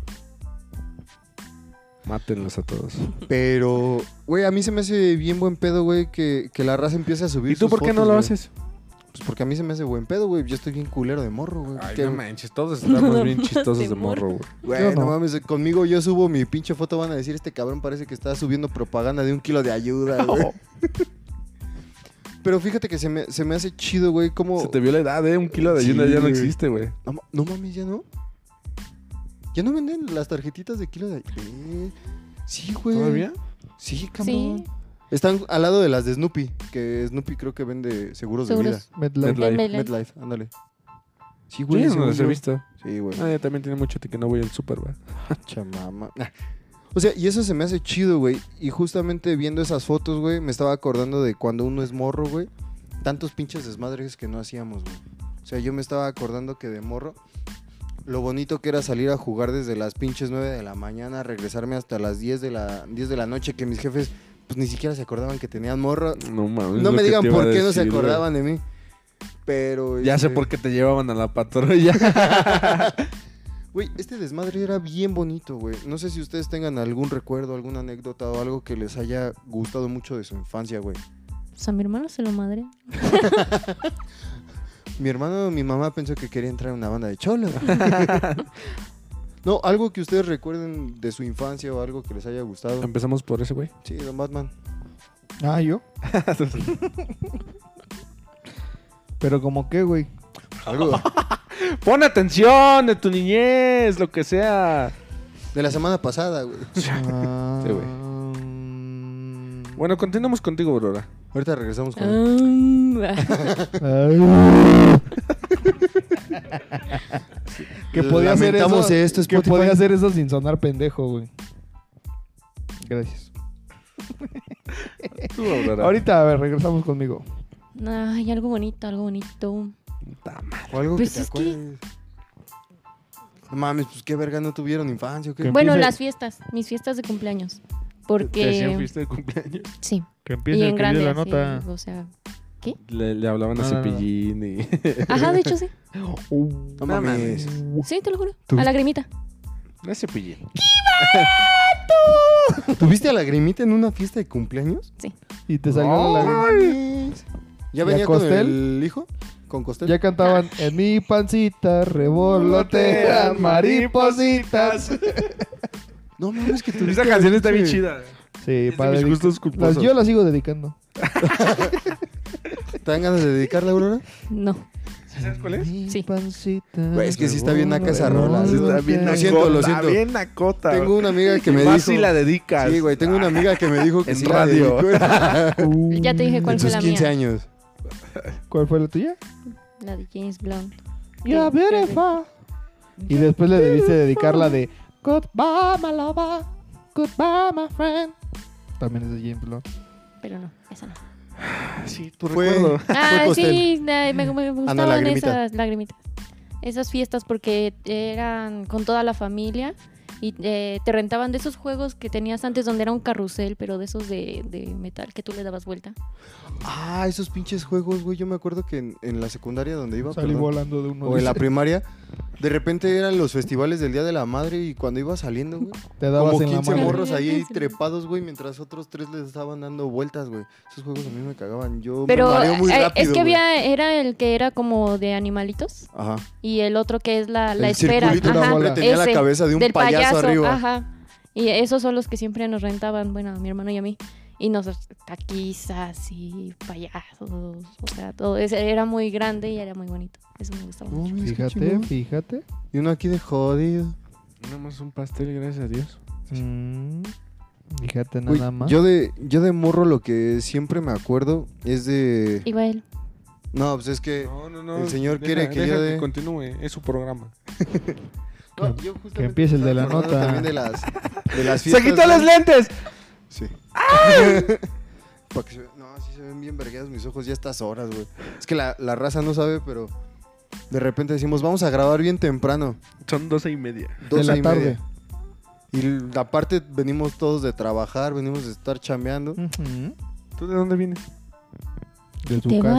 Mátenlos a todos. Pero, güey, a mí se me hace bien buen pedo, güey, que, que la raza empiece a subir ¿Y tú sus por qué no fotos, lo güey. haces? Pues porque a mí se me hace buen pedo, güey. Yo estoy bien culero de morro, güey. Ay, Que- no manches. Todos estamos bien chistosos De de morro, güey. Güey, Yo no. no. mames, conmigo yo subo mi pinche foto, van a decir, este cabrón parece que está subiendo propaganda de un kilo de ayuda, güey. Pero fíjate que se me, se me hace chido, güey, como... Se te vio la edad, ¿eh? Un kilo de Sí, ayuda ya no güey. existe, güey. No, ma- no mames, ¿ya no? ¿Ya no venden las tarjetitas de kilo de ayuda? Eh, sí, güey. ¿Todavía? Sí, cabrón. Sí. Están al lado de las de Snoopy, que Snoopy creo que vende seguros, de Seguros. vida. MetLife. MetLife. Medlife. MetLife, ándale. Sí, Yo güey. ya no según los he yo. visto. Sí, güey. Ah, ya también tiene mucho que no voy al súper, güey. Chamama. O sea, y eso se me hace chido, güey. Y justamente viendo esas fotos, güey, me estaba acordando de cuando uno es morro, güey. Tantos pinches desmadres que no hacíamos, güey. O sea, yo me estaba acordando que de morro, lo bonito que era salir a jugar desde las pinches nueve de la mañana, regresarme hasta las diez de la, diez de la noche, que mis jefes, pues ni siquiera se acordaban que tenían morro. No mames. No es me lo que digan te iba por a qué no se decir, güey. acordaban de mí. Pero... Ya sé este, por qué te llevaban a la patrulla. Güey, este desmadre era bien bonito, güey. No sé si ustedes tengan algún recuerdo, alguna anécdota o algo que les haya gustado mucho de su infancia, güey. Pues a mi hermano se lo madre. Mi hermano, mi mamá pensó que quería entrar en una banda de cholos. No, algo que ustedes recuerden de su infancia o algo que les haya gustado. Empezamos por ese, güey. Sí, Don Batman. Ah, ¿yo? Pero como qué, güey. Algo Pon atención de tu niñez, lo que sea. de la semana pasada, güey. Ah, Sí, güey. Bueno, continuamos contigo, Aurora. Ahorita regresamos con... Ah, Ay. que podía hacer eso, Lamentamos esto, que Spotify. podía hacer eso sin sonar pendejo, güey. Gracias. Tú, Aurora. Ahorita, a ver, regresamos conmigo. Ay, algo bonito, algo bonito. Puta madre. O algo Pues que te es que- acuerdes. No mames, pues qué verga no tuvieron infancia o qué. Que Bueno, empiece- las fiestas, mis fiestas de cumpleaños. ¿Te hacían Porque... fiesta de cumpleaños? Sí, Que y empiece en el que grande, dio la así, nota. o sea... Le, le hablaban a No, no, no. Cepillín y... Ajá, de hecho sí. Uh, No mames. Sí, te lo juro. ¿Tú? A lagrimita. No es Cepillín. ¿Tuviste a Lagrimita en una fiesta de cumpleaños? y te salió la lágrima. ¿Ya ¿Y venía a con Costel? el hijo? ¿Con Costel? Ya cantaban en mi pancita revolotean maripositas. No mames, que tuviste... Esa canción está bien pinche- chida. Sí, Es de para mis dedicar- gustos culposos. las- yo la sigo dedicando. ¿Te dan ganas de dedicarla, Aurora? No. ¿Sabes cuál es? Mi Sí. pancita Güey, es que sí está bien naca esa rola. Sí, está revolotean. bien Lo nacota, siento, lo siento. bien nacota. Tengo una amiga que me Vas dijo... y la dedicas. Sí, güey, tengo una amiga que me dijo que En sí radio. la dedicó Uh, Ya te dije cuál en fue sus la quince mía. años. ¿Cuál fue la tuya? La de James Blunt. You're Sí, beautiful. Y después le debiste dedicar la de Goodbye, my lover. Goodbye, my friend. También es de James Blunt. Pero no, esa no. Sí, tu Fue- recuerdo. Ah, Costel. sí, la- me, me gustaban Lagrimita. esas lagrimitas. Esas fiestas porque eran con toda la familia y eh, te rentaban de esos juegos que tenías antes donde era un carrusel, pero de esos de, de metal que tú le dabas vuelta. Ah, esos pinches juegos, güey. Yo me acuerdo que en, en la secundaria donde iba, Salí perdón, volando de uno. o en la dice. primaria, de repente eran los festivales del Día de la Madre y cuando iba saliendo, güey, Te dabas como en la quince mano. morros ahí Sí. trepados, güey, mientras otros tres les estaban dando vueltas, güey. Esos juegos a mí me cagaban. Yo Pero me mareo muy eh, rápido, es que güey. había, era el que era como de animalitos Ajá. y el otro que es la, la El esfera. circulito Ajá, siempre tenía la ese, cabeza de un del payaso, arriba. Ajá. Y esos son los que siempre nos rentaban, bueno, a mi hermano y a mí. Y nos taquizas y payasos, o sea, todo. Ese era muy grande y era muy bonito. Eso me gustaba No, mucho. mames, qué Fíjate, chingón. fíjate. Y uno aquí de jodido. Nada más un pastel, gracias a Dios. Mm, fíjate Güey, nada más. yo de yo de morro lo que siempre me acuerdo es de... Iba él. No, pues es que... No, no, no. El señor deja- quiere que deja yo dé- continúe, es su programa. No, yo justamente que empiece el de la estaba acordando nota. También de las, de las ¡Se fiestas. quitó los güey. lentes! Sí. Pa' que se ve- No, sí se ven bien vergueados mis ojos ya a estas horas, güey. Es que la, la raza no sabe, pero de repente decimos, vamos a grabar bien temprano. Son doce y media. De doce la y tarde. media. Y l- aparte venimos todos de trabajar, venimos de estar chambeando. Ujú. ¿Tú de dónde vienes? De tu Te casa.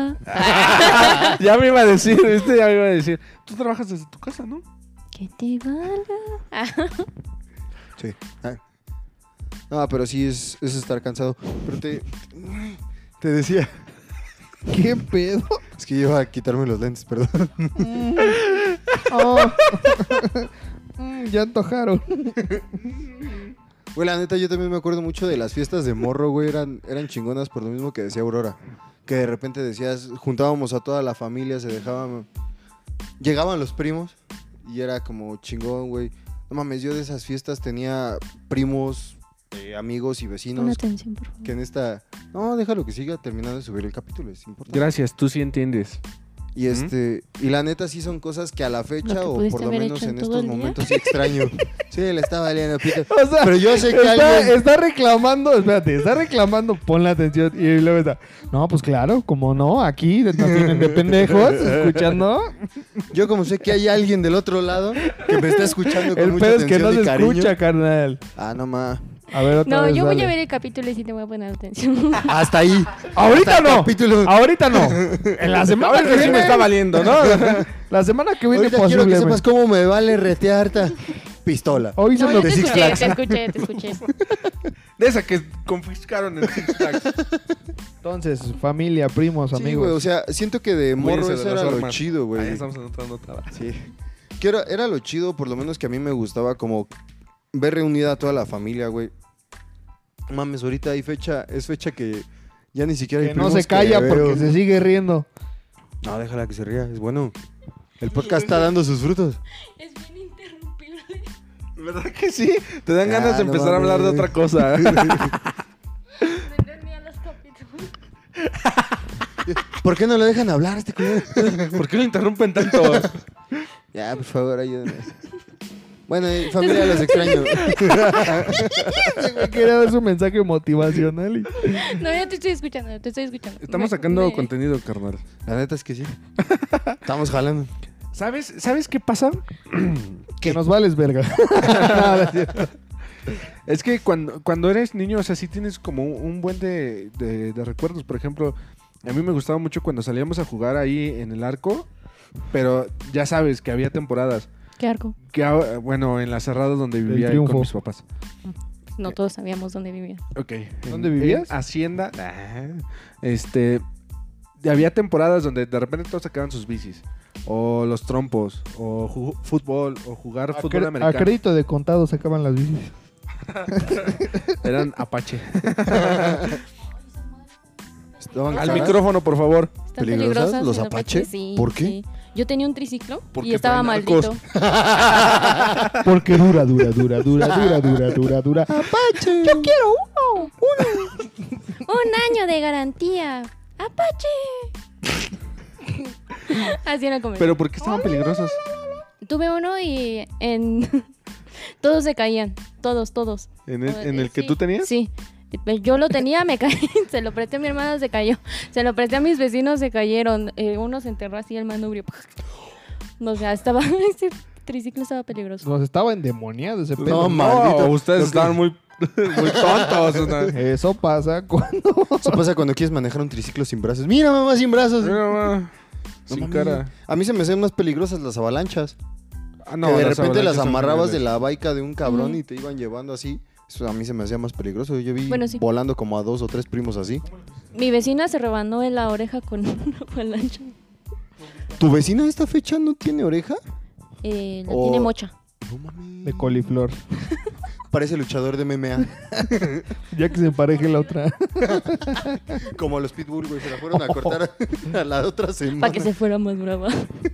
valga. Ya me iba a decir, ¿viste? Ya me iba a decir. Tú trabajas desde tu casa, ¿no? Que te valga. Sí. Ah. No, pero sí es, es estar cansado. Pero te, te decía, ¿Qué pedo? es que iba a quitarme los lentes, perdón. Mm. Oh. Mm, ya antojaron. Güey, la neta, yo también me acuerdo mucho de las fiestas de morro, güey. Eran, eran chingonas por lo mismo que decía Aurora. Que de repente decías, juntábamos a toda la familia, se dejaban... Llegaban los primos y era como chingón, güey. No mames, yo de esas fiestas tenía primos, eh, amigos y Pon vecinos atención, por favor. que en esta... No, déjalo que siga terminando de subir el capítulo, es importante. Gracias, tú sí entiendes. Y este, y la neta sí son cosas que a la fecha Lo que o pudiste por lo haber menos hecho en todo estos el día. momentos sí extraño. Sí, le está valiendo pito. O sea, Pero yo sé que está, alguien... está reclamando, espérate, está reclamando, ponle atención. Y luego está, no, pues claro, como no, aquí nos tienen de pendejos, escuchando. Yo como sé que hay alguien del otro lado que me está escuchando con El mucha pedo es que atención no y se cariño. escucha, carnal. Ah, no ma. A ver, otra No, vez, yo voy dale. a ver el capítulo y sí te voy a poner atención. Hasta ahí. Ahorita Hasta el no, capítulo. ahorita no. En la semana Ahora que que sí viene, me está valiendo, ¿no? la semana que viene Ahorita quiero que posiblemente. sepas cómo me vale retearta. Pistola. Hoy se No, me... yo te de Six escuché, Flags. te escuché, te escuché. De esa que confiscaron en Six Flags. Entonces, familia, primos, Sí, amigos. güey, o sea, siento que de morro Cuídense eso de era las lo armas. chido, Ahí güey. estamos en otra nota. Sí. Que era, era lo chido, por lo menos que a mí me gustaba como ver reunida a toda la familia, güey. Mames, ahorita hay fecha, es fecha que ya ni siquiera hay que no primos se calla que porque veo. se sigue riendo. No, déjala que se ría, es bueno. El podcast está dando sus frutos. Es bien interrumpible. ¿Verdad que sí? Te dan Ah, ganas de no empezar a hablar de mames. otra cosa. Venderme a los capítulos. ¿Por qué no lo dejan hablar a este culero? ¿Por qué lo interrumpen tanto? Ya, por favor, ayúdenme. Bueno, eh, familia, los extraño. Me quería dar su mensaje motivacional. Y... No, yo te estoy escuchando, te estoy escuchando. Estamos Me- sacando me- contenido, carnal. La neta es que sí. Estamos jalando. ¿Sabes, ¿Sabes qué pasa? Que nos vales verga. No, no es cierto. Es que cuando, cuando eres niño, o sea, sí tienes como un, un buen de, de- de recuerdos. Por ejemplo, a mí me gustaba mucho cuando salíamos a jugar ahí en el arco, pero ya sabes que había temporadas. ¿Qué arco? Que, ah, bueno, en las cerradas donde Del vivía Triunfo. con mis papás. No todos sabíamos dónde vivía. Ok. ¿Dónde En- vivías? En Hacienda. Ah, este. Había temporadas donde de repente todos sacaban sus bicis. O los trompos. O ju- fútbol. O jugar A, fútbol cre- a americano. crédito de contado sacaban las bicis. Eran Apache. Estaban Al caras. micrófono, por favor. ¿Están ¿Peligrosas peligrosas los en Apache? Sí, ¿Por qué? sí. Yo tenía un triciclo Porque y estaba traen arcos. maldito. Porque dura, dura, dura, dura, dura, dura, dura, dura. Apache. Yo quiero uno, uno. Un año de garantía. Apache. Así era como. Pero ¿por qué estaban peligrosos? Tuve uno y en todos se caían, todos, todos. ¿En el, en el que Sí, tú tenías? Sí. Yo lo tenía, me caí, se lo presté a mi hermana, se cayó. Se lo presté a mis vecinos, se cayeron. Eh, uno se enterró así el manubrio. O sea, estaba ese triciclo estaba peligroso. Nos estaba endemoniado ese pedo. No, maldito. No, ustedes Lo que- estaban muy, muy tontos. o sea. Eso pasa cuando... Eso pasa cuando quieres manejar un triciclo sin brazos. Mira, mamá, sin brazos. Mira, ma, No sin mames. cara. A mí se me hacen más peligrosas las avalanchas. Ah, no, que de las repente las avalanchas son amarrabas de horribles. la baica de un cabrón Ujú. y te iban llevando así. Eso a mí se me hacía más peligroso. Yo vi Bueno, sí. volando como a dos o tres primos así. Mi vecina se rebanó en la oreja con una avalancha. ¿Tu vecina a esta fecha no tiene oreja? Eh, la Oh. tiene mocha. No mames. De coliflor. Parece luchador de M M A. Ya que se empareje la otra. Como los Pitbull, güey. Se la fueron a cortar a la otra semana. Para que se fuera más brava.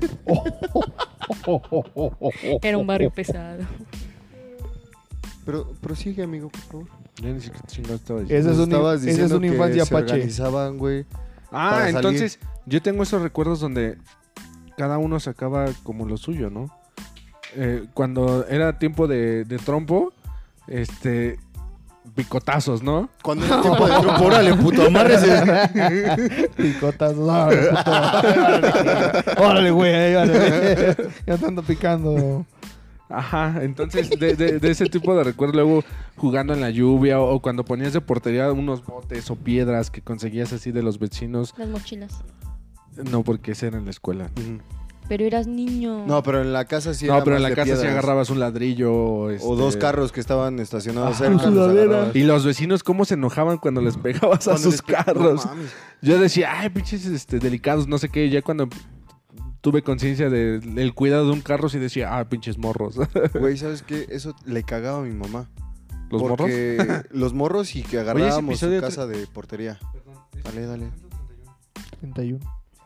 Era un barrio pesado. Pero prosigue, amigo, por favor. Ya ni siquiera chingado estaba diciendo. Esa es Nos una, estabas esa es diciendo una que infancia se apache. organizaban, güey. Ah, para salir. entonces yo tengo esos recuerdos donde cada uno sacaba como lo suyo, ¿no? Eh, cuando era tiempo de, de trompo, este, picotazos, ¿no? Cuando era tiempo de trompo, órale, puto, amárrese. Picotas. Órale, puto. Órale, güey. ahí, órale. Ya te ando picando. Ajá, entonces de, de- de ese tipo de recuerdos, luego jugando en la lluvia o, o cuando ponías de portería unos botes o piedras que conseguías así de los vecinos. Las mochilas. No, porque ese era en la escuela. Pero eras niño. No, pero en la casa sí No, era pero en más la de casa sí piedras. agarrabas un ladrillo. O este, dos carros que estaban estacionados Ajá. cerca. Tu los sudadera. agarrabas. Y los vecinos cómo se enojaban cuando les pegabas a Cuando sus les pe- carros. No mames. Yo decía, ay, pinches este, delicados, no sé qué. Ya cuando tuve conciencia de- del cuidado de un carro, sí decía, ah, pinches morros. Güey, ¿sabes qué? Eso le cagaba a mi mamá. ¿Los morros? Porque los morros y que agarrábamos su episodio casa de portería. Dale, dale. treinta y uno.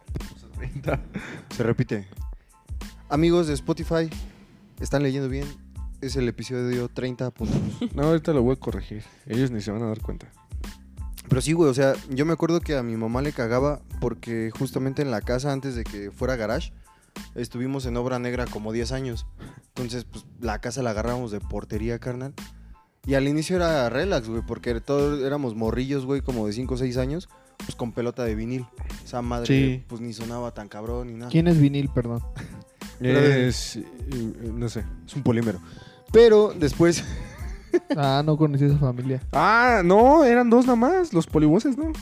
Se repite. Amigos de Spotify, ¿están leyendo bien? Es el episodio treinta. punto dos. No, ahorita lo voy a corregir. Ellos ni se van a dar cuenta. Pero sí, güey, o sea, yo me acuerdo que a mi mamá le cagaba porque justamente en la casa, antes de que fuera garage, estuvimos en obra negra como diez años. Entonces, pues, la casa la agarrábamos de portería, carnal. Y al inicio era relax, güey, porque todos éramos morrillos, güey, como de cinco o seis años, pues con pelota de vinil. Esa madre, Sí. pues ni sonaba tan cabrón ni nada. ¿Quién es vinil, perdón? Pero- Es, eh, no sé. Es un polímero. Pero después, Ah, no conocí esa familia. Ah, no, eran dos nada más, los polivoces, ¿no?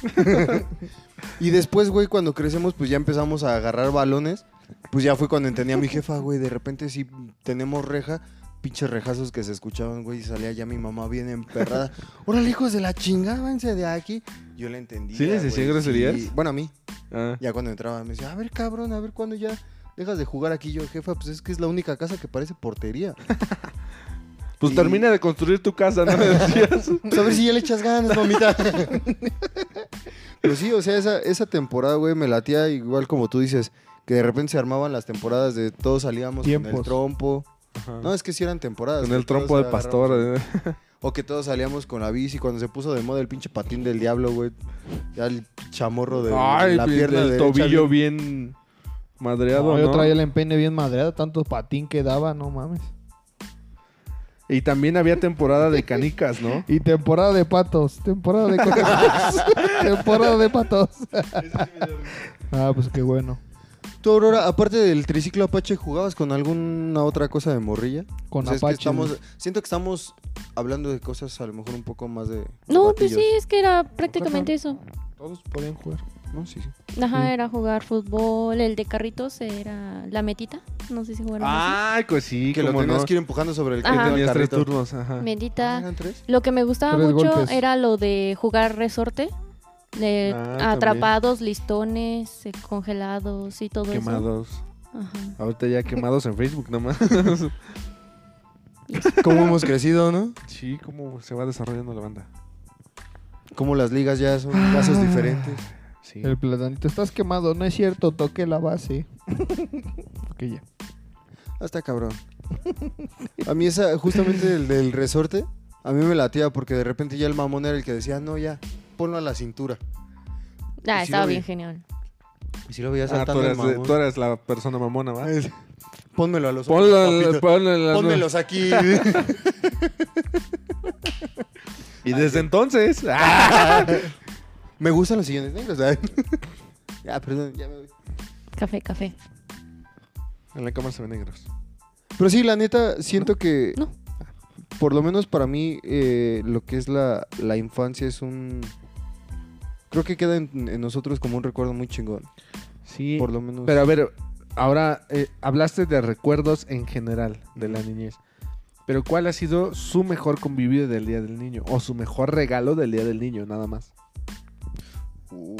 y después, güey, cuando crecemos, pues ya empezamos a agarrar balones. Pues ya fue cuando entendía a mi jefa, güey, de repente sí tenemos reja, pinches rejazos que se escuchaban, güey, y salía ya mi mamá bien emperrada. Órale, hijos de la chingada, váyanse de aquí. Yo le entendía. ¿Sí les decía güey, groserías? sí. Bueno, a mí. Ah. Ya cuando entraba me decía, a ver, cabrón, a ver cuándo ya dejas de jugar aquí. Yo, jefa, pues es que es la única casa que parece portería. Pues Y- termina de construir tu casa, ¿no? Me decías. Pues a ver si ya le echas ganas, mamita. Pero sí, o sea, esa, esa temporada, güey, me latía igual como tú dices, que de repente se armaban las temporadas de todos salíamos con el Tiempos. trompo. Ajá. No, es que sí eran temporadas. Con que el todos trompo de agarramos- pastor. eh. O que todos salíamos con la bici cuando se puso de moda el pinche patín del diablo, güey. Ya el chamorro de Ay, la pierna el derecha, tobillo bien- bien madreado, No, yo ¿no? traía el empeine bien madreado, tanto patín que daba, no mames. Y también había temporada de canicas, ¿no? Y temporada de patos, temporada de coquetos, temporada de patos. Ah, pues qué bueno. Tú, Aurora, aparte del triciclo Apache, ¿jugabas con alguna otra cosa de morrilla? Con O sea, es que Apache. estamos, siento que estamos hablando de cosas a lo mejor un poco más de... No, de pues sí, batillos. es que era prácticamente eso. Todos podían jugar. No, sí, sí. Ajá, Sí. era jugar fútbol. El de carritos era la metita. No sé si jugaron Ay, pues sí, Que lo cómo tenías no. que ir empujando sobre el Ajá. carrito del Tenías tres carrito. turnos, ajá. así. Ah, Medita. ¿eran tres? Lo que me gustaba Tres mucho golpes. era lo de jugar resorte. De Ah, atrapados, listones, eh, congelados y todo Quemados. eso. Ajá. Ahorita ya quemados en Facebook nomás. ¿Cómo hemos crecido, no? Sí, cómo se va desarrollando la banda. Cómo las ligas ya son casos Ah. diferentes. Sí. El platanito, estás quemado, no es cierto, toqué la base. Ok, ya. Hasta cabrón. A mí esa, justamente el del resorte, a mí me latía porque de repente ya el mamón era el que decía, no, ya, ponlo a la cintura. Ah, sí estaba lo vi. bien genial. Y si lo veía Ah, tú saltando el eres, mamón. tú eres la persona mamona, ¿va? Es- Pónmelo a los Ponlo, ojos, en- papito. ponlo en la- Pónmelos aquí. Y desde entonces. Me gustan los sillones negros. ¿sabes? Ya, perdón, ya me voy. Café, café. En la cámara se ven negros. Pero sí, la neta, siento que, No. por lo menos para mí, eh, lo que es la, la infancia es un... Creo que queda en, en nosotros como un recuerdo muy chingón. Sí, Por lo menos... pero a ver, ahora eh, hablaste de recuerdos en general de la niñez. Pero ¿cuál ha sido su mejor convivio del Día del Niño? O su mejor regalo del Día del Niño, nada más. Uh,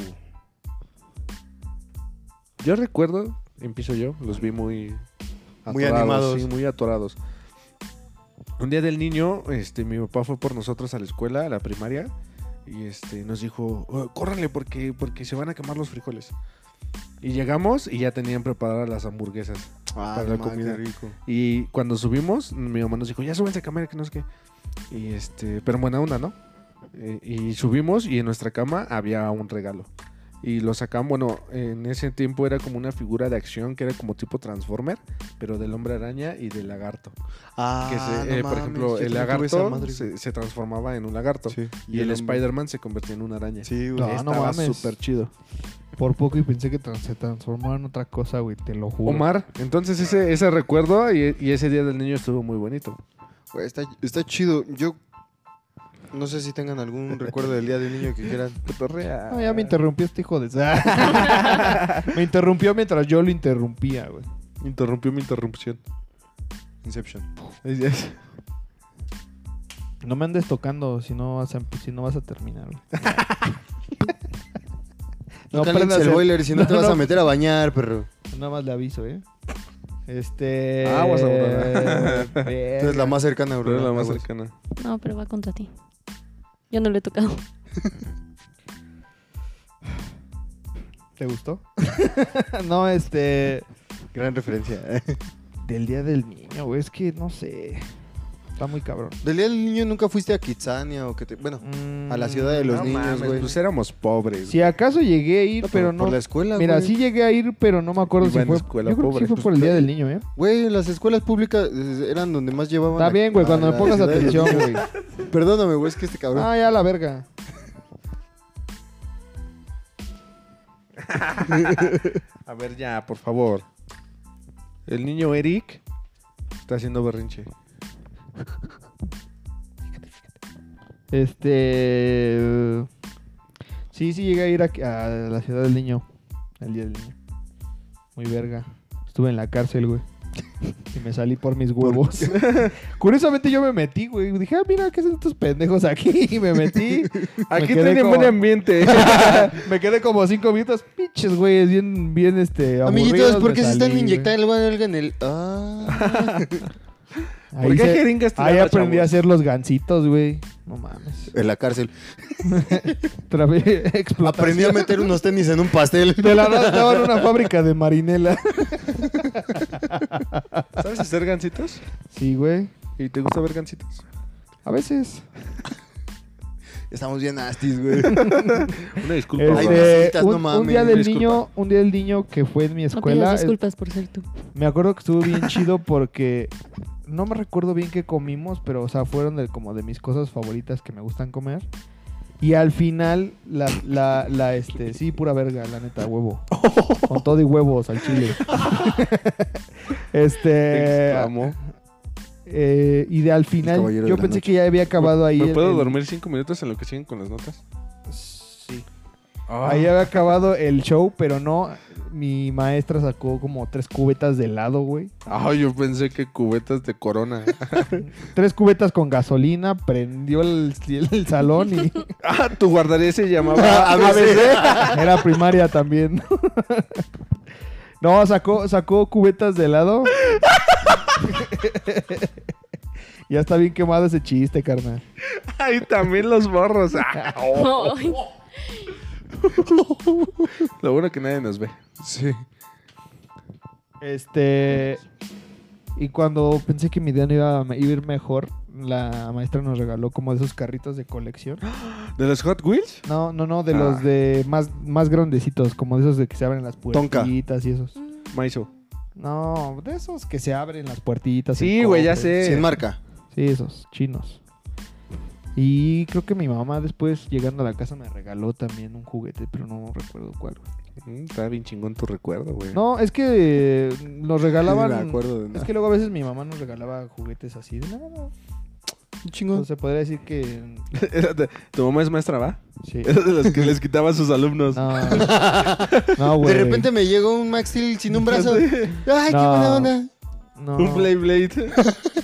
Yo recuerdo, empiezo yo, los vi muy Muy animados. Sí, muy atorados. Un día del niño, este, mi papá fue por nosotros a la escuela, a la primaria, y este, nos dijo, oh, córranle porque, porque se van a quemar los frijoles. Y llegamos y ya tenían preparadas las hamburguesas ah, para no la mames, comida. qué rico. Y cuando subimos, mi mamá nos dijo, ya súbense a cámara, que no sé qué. Y este, pero en buena onda, ¿no? Eh, y subimos y en nuestra cama había un regalo. Y lo sacamos, bueno, en ese tiempo era como una figura de acción que era como tipo Transformer, pero del hombre araña y del lagarto. Ah, Que se- no eh, por mames, ejemplo, yo el también tuve esa lagarto madre. se, se transformaba en un lagarto. Sí. Y, el, hombre. Spider-Man se convertía en una araña. Sí, güey. No, no Estaba mames. súper chido. Por poco y pensé que trans- se transformó en otra cosa, güey, te lo juro. Omar, entonces ese, ese recuerdo y, y ese día del niño estuvo muy bonito. Güey, está, está chido. Yo no sé si tengan algún recuerdo del día del niño que quieran. No, ya me interrumpió este hijo de... Me interrumpió mientras yo lo interrumpía, güey. Interrumpió mi interrupción. Inception. No me andes tocando si no vas a, si no vas a terminar, güey. No, prendas calientes el el- boiler si no, no, te vas no. a meter a bañar, perro. Nada más le aviso, ¿eh? Este... Aguas, Aurora. Tú eres la más cercana, Pero Aurora. la más Aguas. cercana. No, pero va contra ti. Yo no lo he tocado. ¿Te gustó? No, este... Gran referencia. Del Día del Niño, güey. Es que, no sé... Está muy cabrón. Del día del niño nunca fuiste a Kitsania o que te... Bueno, a la ciudad de los No niños, mames, güey. pues éramos pobres. Si acaso llegué a ir, No, pero por- no... Por la escuela, Mira, güey. sí llegué a ir, pero no me acuerdo Iba si en fue... escuela Yo creo que pobre. sí fue por el Día del Niño, ¿eh? Güey, las escuelas públicas eh, eran donde más llevaban... Está a- bien, güey, a cuando me la pongas ciudad de los atención, niños. güey. Perdóname, güey, es que este cabrón... Ah, ya la verga. A ver ya, por favor. El niño Eric está haciendo berrinche. Este... Sí, sí llegué a ir a, a la ciudad del niño. El Día del Niño. Muy verga. Estuve en la cárcel, güey. Y me salí por mis huevos. Curiosamente yo me metí, güey. Dije, ah, mira, ¿qué hacen estos pendejos aquí? Y me metí. Aquí quedé tienen como- buen ambiente. Me quedé como cinco minutos. Pinches, güey. Bien, bien, este, Amiguitos, aburridos, ¿por me qué se están salí, inyectando algo en el...? Ah... güey. ¿Por Ahí, qué se- jeringas ahí tiraba, aprendí a chavos? hacer los gancitos, güey. No mames. En la cárcel. Trabé explotación. Aprendí a meter unos tenis en un pastel. De la nada estaba en una fábrica de marinela. ¿Sabes hacer gancitos? Sí, güey. ¿Y te gusta ver gancitos? A veces. Estamos bien nastis, güey. Una disculpa. Ay, Este, necesitas, un, no un mames, día del disculpa. niño, un día del niño que fue en mi No pidas escuela. es- disculpas por ser tú. me acuerdo que estuvo bien chido porque no me recuerdo bien qué comimos, pero o sea, fueron de, como de mis cosas favoritas que me gustan comer. Y al final, la, la, la, este, sí, pura verga, la neta, huevo. Con todo y huevos al chile. este. Exclamó. eh, y de al final, caballero yo de la pensé noche. que ya había acabado ahí. ¿Me el- puedo el- dormir cinco minutos en lo que siguen con las notas? Sí. Ahí había acabado el show, pero no. Mi maestra sacó como tres cubetas de helado, güey. Ay, yo pensé que cubetas de Corona. Tres cubetas con gasolina, prendió el, el salón y... Ah, tu guardería se llamaba A veces. Era primaria también. No, sacó, sacó cubetas de helado. Ya está bien quemado ese chiste, carnal. Ay, también los morros. Ah, oh. Ay, Lo bueno que nadie nos ve. Sí. Este... Y cuando pensé que mi día no iba a iba a ir mejor, la maestra nos regaló como de esos carritos de colección. ¿De los Hot Wheels? No, no, no, de Ah. los de más, más grandecitos, como de esos de que se abren las Tonka. puertitas y esos. Maizo. No, de esos que se abren las puertitas. Sí, el güey, ya cofre. sé. Sin marca. Sí, esos, chinos. Y creo que mi mamá después, llegando a la casa, me regaló también un juguete, pero no recuerdo cuál, güey. Mm, Está bien chingón tu recuerdo, güey. No, es que eh, nos regalaban... Ni me acuerdo de Es nada. que luego a veces mi mamá nos regalaba juguetes así de nada. Chingón. Entonces se podría decir que... ¿Tu mamá es maestra, va? Sí. Era de las que les quitaba a sus alumnos. No, no, güey. De repente me llegó un Max Steel sin un brazo. Ay, qué No. buena onda. No, Un Blade Blade.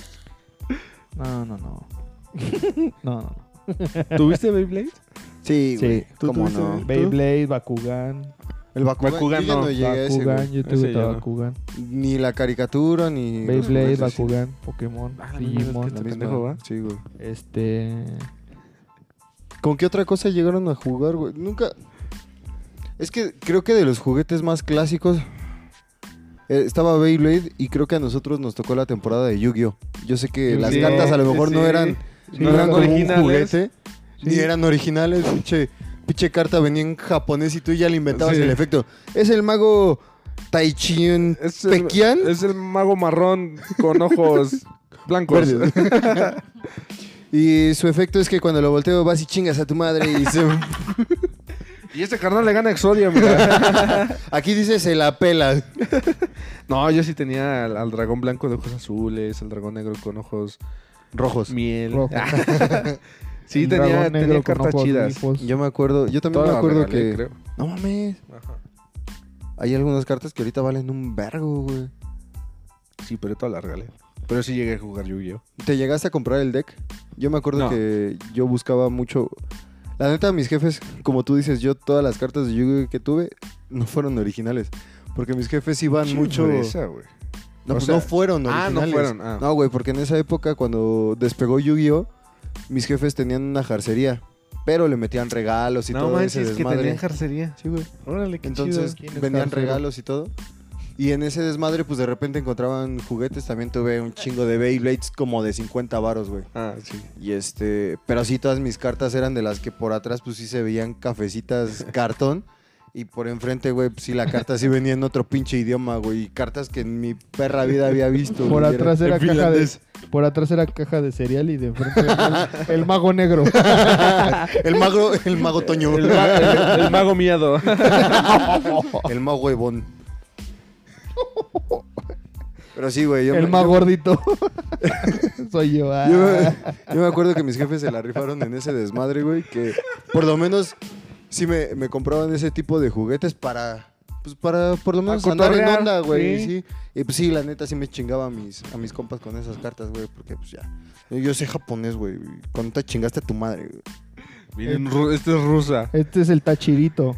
no, no, no. No, no. ¿Tuviste Beyblade? Sí, Sí. güey. ¿Tú ¿Cómo tuviste no? ¿Tú? Beyblade, Bakugan. El Bakugan. Bakugan yo ya no. no llegué a ese, Bakugan, güey. yo tuve Ese ya todo no. Bakugan. Ni la caricatura, ni... los Beyblade, juguetes, Bakugan, Pokémon, Ah, no, es Digimon. que La Este misma. pendejo, ¿va? Sí, güey. Este... ¿Con qué otra cosa llegaron a jugar, güey? Nunca... Es que creo que de los juguetes más clásicos eh, estaba Beyblade y creo que a nosotros nos tocó la temporada de Yu-Gi-Oh! Yo sé que Yu-Gi-Oh! las cartas a lo mejor Sí, no sí. eran, Sí, no eran no como un originales. juguete, Sí. ni eran originales. Pinche, pinche carta venía en japonés y tú ya le inventabas Sí. el efecto. Es el mago Taichien Es el, Pequian. es el mago marrón con ojos blancos. Verdes. Y su efecto es que cuando lo volteo vas y chingas a tu madre y se... Y este carnal le gana Exodia, mira. Aquí dice se la pela. No, yo sí tenía al, al dragón blanco de ojos azules, al dragón negro con ojos Rojos. miel. Rojo. Sí, El tenía, dragón negro tenía con cartas ojos chidas. grifos. Yo me acuerdo, yo también Todas me las acuerdo regalé, que... creo. No mames. Ajá. Hay algunas cartas que ahorita valen un vergo, güey. Sí, pero todas las regalé. Pero sí llegué a jugar Yu-Gi-Oh! ¿Te llegaste a comprar el deck? Yo me acuerdo No. que yo buscaba mucho... La neta, mis jefes, como tú dices, yo todas las cartas de Yu-Gi-Oh! Que tuve no fueron originales. Porque mis jefes iban Qué mucho... fresa, güey. No, O pues sea- no fueron Ah, originales. no fueron. Ah. No, güey, porque en esa época cuando despegó Yu-Gi-Oh! Mis jefes tenían una jarcería. Pero le metían regalos y No todo manches, ese que desmadre. tenían jarcería. Sí, güey. Órale, qué Entonces ¿Quién es vendían jarcero? regalos y todo. Y en ese desmadre, pues de repente encontraban juguetes. También tuve un chingo de Beyblades como de cincuenta varos, güey. chido. Ah, sí. Y este, pero sí, todas mis cartas eran de las que por atrás, pues sí se veían cafecitas cartón. Y por enfrente, güey, pues sí, la carta sí venía en otro pinche idioma, güey. Y cartas que en mi perra vida había visto. Por güey, atrás era en caja de, finlandés. por atrás era caja de cereal y de enfrente era el, el mago negro. El mago, el mago Toño. El, ma- el- el mago miado. El mago huevón. Pero sí, güey. yo el me- más yo- gordito. Soy yo. ah. Yo me, yo me acuerdo que mis jefes se la rifaron en ese desmadre, güey, que por lo menos sí me, me compraban ese tipo de juguetes para, pues para por lo menos andar en cotorrear, onda, güey, sí. sí. Y pues sí, la neta sí me chingaba a mis, a mis compas con esas cartas, güey, porque pues ya. Yo sé japonés, güey. Cuando te chingaste a tu madre, güey. Miren, ru- este es rusa. Este es el tachirito.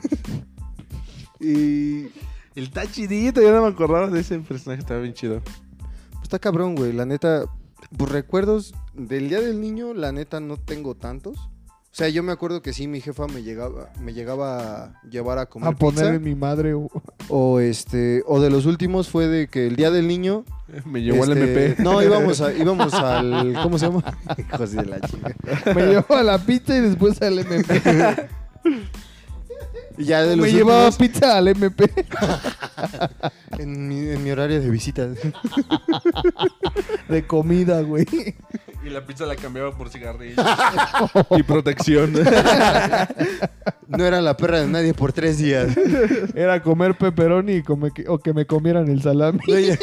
Y El tachidito, ya no me acordaba de ese personaje, estaba bien chido. pues está cabrón, güey. La neta, pues recuerdos del Día del Niño, la neta no tengo tantos. O sea, yo me acuerdo que sí, mi jefa me llegaba, me llegaba a llevar a comer A poner pizza. en mi madre. o- O este, o de los últimos fue de que el Día del Niño. Me llevó al este, M P. No, íbamos a, íbamos al. ¿Cómo se llama? Hijos de la chica. Me llevaba la pizza y después al M P. Y ya de los Me llevaba últimos, pizza al M P. en mi, en mi horario de visitas. De comida, güey. Y la pizza la cambiaba por cigarrillos. Y protección. No era la perra de nadie por tres días. Era comer pepperoni y come- o que me comieran el salami. No, ya-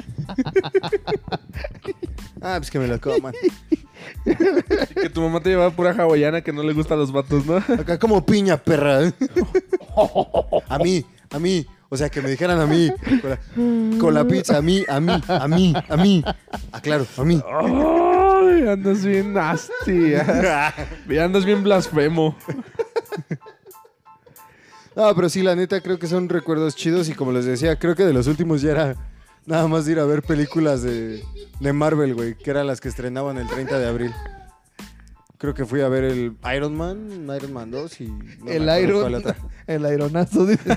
Ah, pues que me lo coman. Que tu mamá te llevaba pura hawaiana que no le gusta a los vatos, ¿no? Acá como piña, perra. A mí, a mí. O sea, que me dijeran a mí. Con la, con la pizza, a mí, a mí, a mí, a mí. Ah, claro, a mí. Ay, andas bien nasty. Y andas bien blasfemo. No, pero sí, la neta, creo que son recuerdos chidos. Y como les decía, creo que de los últimos ya era nada más de ir a ver películas de, de Marvel, güey. Que eran las que estrenaban el treinta de abril. Creo que fui a ver el Iron Man, Iron Man dos y... no me el acuerdo Iron. cuál otra. El Ironazo. Dice.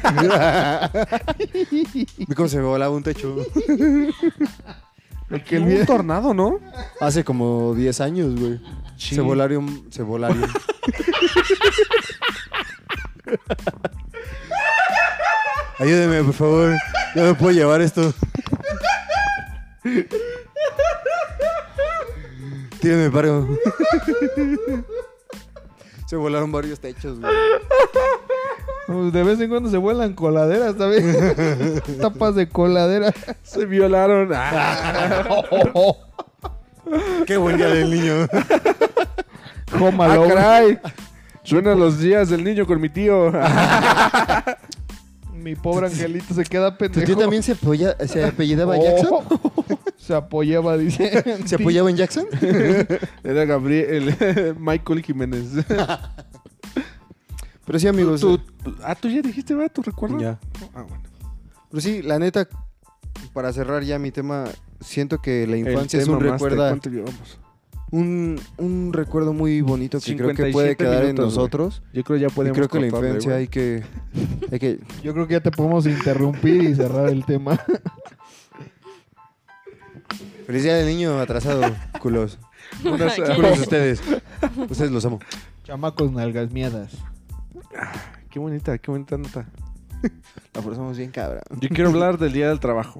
Vi cómo se me volaba un techo. Que el Un vie- tornado, ¿no? Hace como diez años, güey. Sí. Se volaron... Se volaron. Ayúdeme, por favor. Ya me puedo llevar esto. Tírenme paro. Se volaron varios techos, güey. Pues de vez en cuando se vuelan coladeras, ¿sabes? Tapas de coladera. Se violaron. Ah. Qué buen día del niño. Home Ah, Alone. caray. Suenan los días del niño con mi tío. Mi pobre angelito se queda ¿Tu pendejo. tío también se, apoya, se apellidaba Oh. Jackson? Se apoyaba, dice. ¿Se apoyaba en Jackson? Era Gabriel, el, Michael Jiménez. Pero sí, amigos. ¿Tú, tú- ah, tú ya dijiste, ¿verdad? ¿Tu recuerdo? Ya. Ah, bueno. Pero sí, la neta, para cerrar ya mi tema, siento que la El infancia es tema un master, recuerda, ¿cuánto llevamos? un, un recuerdo muy bonito que creo que cincuenta y puede siete quedar en minutos, güey. nosotros. Yo creo ya Y podemos creo que la cortarle, infancia güey. hay que, hay que... Yo creo que ya te podemos interrumpir y cerrar el tema. Feliz día del niño atrasado, culos. Unas- ¿Quién Culos es? ustedes. Ustedes los amo. Chamacos nalgas miadas. Qué bonita, qué bonita nota. La forzamos bien, cabrón. Yo quiero hablar del Día del Trabajo.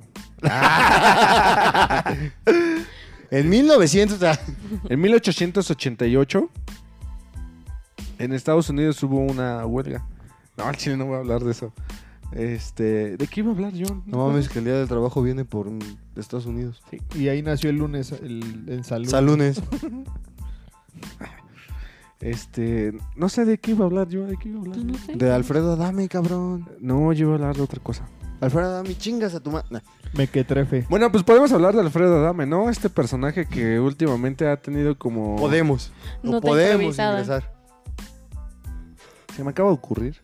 En mil novecientos... ah, En mil ochocientos ochenta y ocho, en Estados Unidos hubo una huelga. No, al chile no voy a hablar de eso. Este, ¿de qué iba a hablar yo? No mames, que el día del trabajo viene por mm, de Estados Unidos. Y ahí nació el lunes el, en salud. Salunes. Este, no sé de qué iba a hablar yo, de qué iba a hablar. Pues no sé. De Alfredo Adame, cabrón. No, yo iba a hablar de otra cosa. Alfredo Adame, chingas a tu madre. Mequetrefe. Bueno, pues podemos hablar de Alfredo Adame, ¿no? Este personaje que últimamente ha tenido como... Podemos. No Nota podemos improvisada. ingresar. Se me acaba de ocurrir.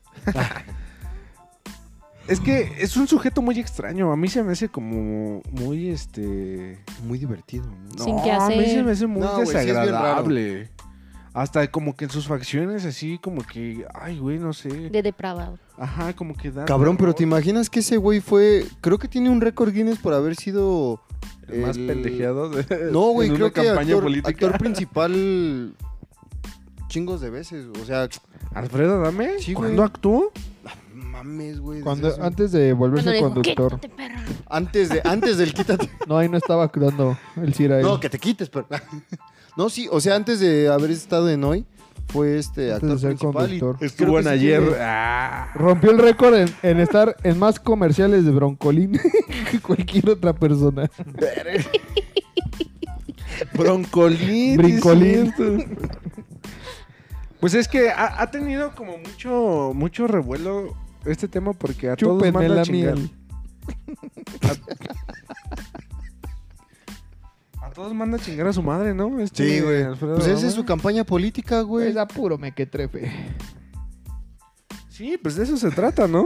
Es que es un sujeto muy extraño. A mí se me hace como muy, este... Muy divertido. ¿no? No, Sin qué a mí se hacer. me hace muy No, güey, sí es bien desagradable. Hasta como que en sus facciones así como que... Ay, güey, no sé. De depravado. Ajá, como que da... Cabrón, pero terror. ¿te imaginas que ese güey fue... Creo que tiene un récord Guinness por haber sido... El más el- pendejeado de... No, güey, en creo una que campaña actor, política. actor principal... Chingos de veces. O sea, ¿Alfredo Adame? Sí, güey. ¿Cuándo actuó? mames, güey. Cuando, desde hace- antes de volverse Cuando le dijo, conductor. "Quítate, perra". Antes, de, antes del quítate. No, ahí no estaba actuando. Él sí era él. No, que te quites, pero... No, sí, o sea, antes de haber estado en Hoy, fue este Antes de actor ser principal. y conductor. Estuvo creo en que sí ayer. tiene- Ah. Rompió el récord en, en estar en más comerciales de Broncolín que cualquier otra persona. Broncolín. Brincolín. sí es cierto. Pues es que ha, ha tenido como mucho mucho revuelo este tema porque a todos Chúpenme manda a la chingar. miel. A todos manda a chingar a su madre, ¿no? Este Sí, güey. Alfredo Pues esa Adame. es su campaña política, güey. Es a puro mequetrefe. Sí, pues de eso se trata, ¿no?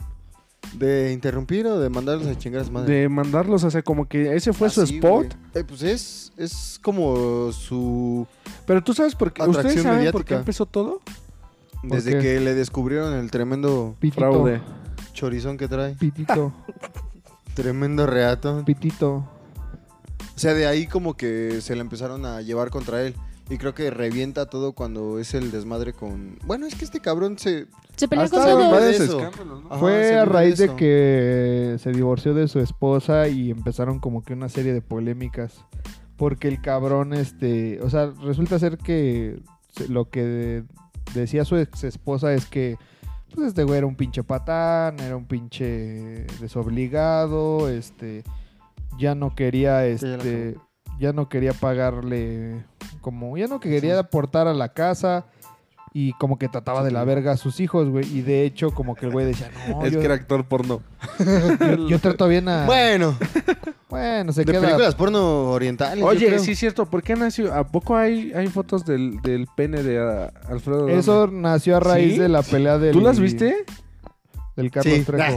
¿De interrumpir o de mandarlos a chingar a su madre? De mandarlos, o sea, como que ese fue su Así, spot. güey. Eh, pues es, es como su... Pero tú sabes por qué. ¿Ustedes Atracción saben por mediática. qué empezó todo? Desde qué? que le descubrieron el tremendo Pitito. Fraude. chorizón que trae. Pitito. Tremendo reato. Pitito. O sea, de ahí como que se le empezaron a llevar contra él. Y creo que revienta todo cuando es el desmadre con... Bueno, es que este cabrón se... Se peleó Ha con estado en todos. varios Varios eso. escándalos, ¿no? Ajá, se Fue vive a raíz de eso. que se divorció de su esposa y empezaron como que una serie de polémicas. Porque el cabrón, este... O sea, resulta ser que se- lo que de- decía su ex esposa es que... Pues este güey era un pinche patán, era un pinche desobligado, este... Ya no quería, ya la este... Ya no quería pagarle... Como... Ya no quería aportar a la casa... Y como que trataba de la verga a sus hijos, güey. Y de hecho, como que el güey decía, no, Es yo, que era actor porno. yo, yo trato bien a... Bueno, Bueno, se de queda... películas porno orientales, yo Oye, creo. sí es cierto. ¿Por qué nació? ¿A poco hay, hay fotos del, del pene de ah, Alfredo Adame? Eso nació a raíz ¿Sí? de la pelea del... ¿Tú las viste? Del Carlos Sí. Trejo.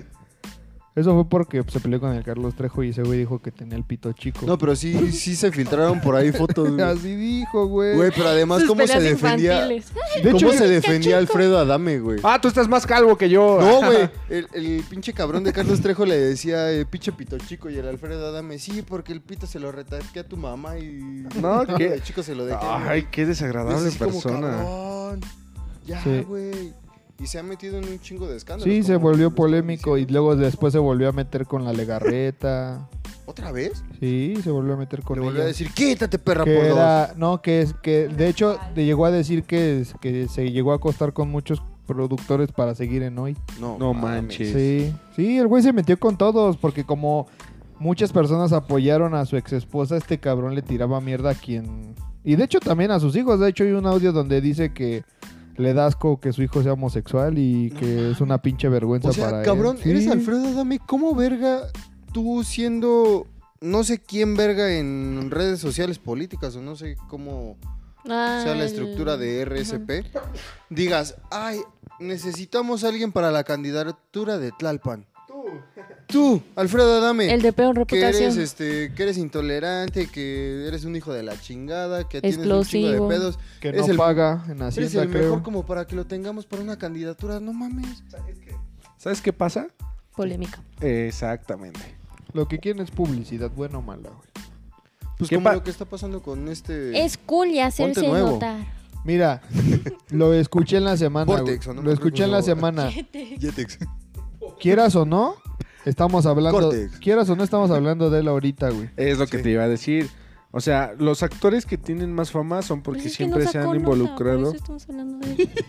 Eso fue porque se peleó con el Carlos Trejo y ese güey dijo que tenía el pito chico. No, pero sí, sí se filtraron por ahí fotos, güey. Así dijo, güey. Güey, pero además, Sus ¿cómo se peleas defendía? infantiles. De ¿Cómo hecho, se defendía Alfredo Adame, güey? Ah, tú estás más calvo que yo. No, güey. El, el pinche cabrón de Carlos Trejo le decía eh, pinche pito chico y el Alfredo Adame, sí, porque el pito se lo retaqué a tu mamá y. No, y ¿qué? el chico se lo dejé. Ay, qué desagradable Es como, persona. cabrón, ya, Sí. güey. Y se ha metido en un chingo de escándalos. Sí, se como volvió lo estaba polémico y diciendo. luego después se volvió a meter con la Legarreta. ¿Otra vez? Sí, se volvió a meter con Le ella. volvió a decir, quítate, perra, que por era, dos. no, que es que de hecho le llegó a decir que, que se llegó a acostar con muchos productores para seguir en hoy. No, No mames. manches. Sí, sí, el güey se metió con todos porque como muchas personas apoyaron a su ex esposa, este cabrón le tiraba mierda a quien... Y de hecho también a sus hijos. De hecho hay un audio donde dice que le da asco que su hijo sea homosexual y No que mames. es una pinche vergüenza O sea, para cabrón, él. Sí. eres Alfredo Adame. ¿Cómo verga tú siendo no sé quién verga en redes sociales políticas o no sé cómo Ah, sea la el- estructura de R S Ajá. P? Digas, ay, necesitamos a alguien para la candidatura de Tlalpan. Tú, Alfredo Adame. El de peor que eres, reputación. este, que eres intolerante, que eres un hijo de la chingada, que tienes un chingo Explosivo. de pedos. Que eres no el- paga en Eres Hacienda, el mejor creo. como para que lo tengamos para una candidatura. No mames. ¿Sabes qué pasa? Polémica. Exactamente. Lo que quieren es publicidad, buena o mala, güey. Pues ¿Qué como pa- lo que está pasando con este... Es cool y hacerse Ponte nuevo. notar. Mira, lo escuché en la semana, Vortex, güey. ¿o no? Lo escuché en la Creo que semana. Jetex. Quieras o no, estamos hablando... Cortex. Quieras o no, estamos hablando de él ahorita, güey. Es lo que Sí. te iba a decir. O sea, los actores que tienen más fama son porque Pues es que siempre no se sacó han nota, involucrado. por eso estamos hablando de él.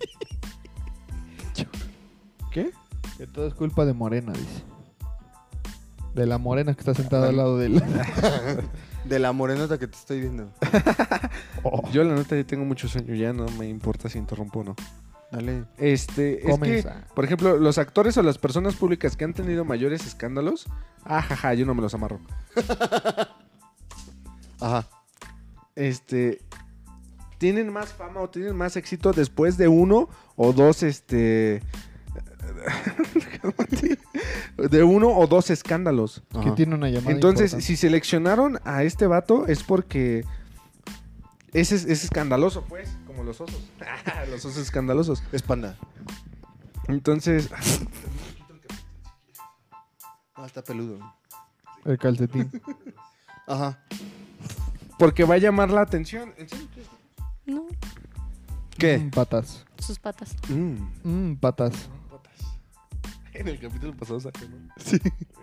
¿Qué? Que todo es culpa de Morena, dice. De la morena que está sentada al lado de él. De la morenota que te estoy viendo. Yo la neta ya tengo mucho sueño, ya no me importa si interrumpo o no. Dale. Este, es que, Comienza. por ejemplo, los actores o las personas públicas que han tenido mayores escándalos, ah, jaja, yo no me los amarro. Ajá. Este, tienen más fama o tienen más éxito después de uno o dos, este, de uno o dos escándalos. Que Ajá. tiene una llamada Entonces, importante. si seleccionaron a este vato es porque es, es, es escandaloso, pues, como los osos. Los osos escandalosos. Es panda. Entonces, Ah, está peludo. El calcetín. Ajá. porque va a llamar la atención. ¿En serio? No, ¿Qué? Mm, patas. sus patas. Mm. Mm, patas. En el capítulo pasado sacó, ¿no? Sí.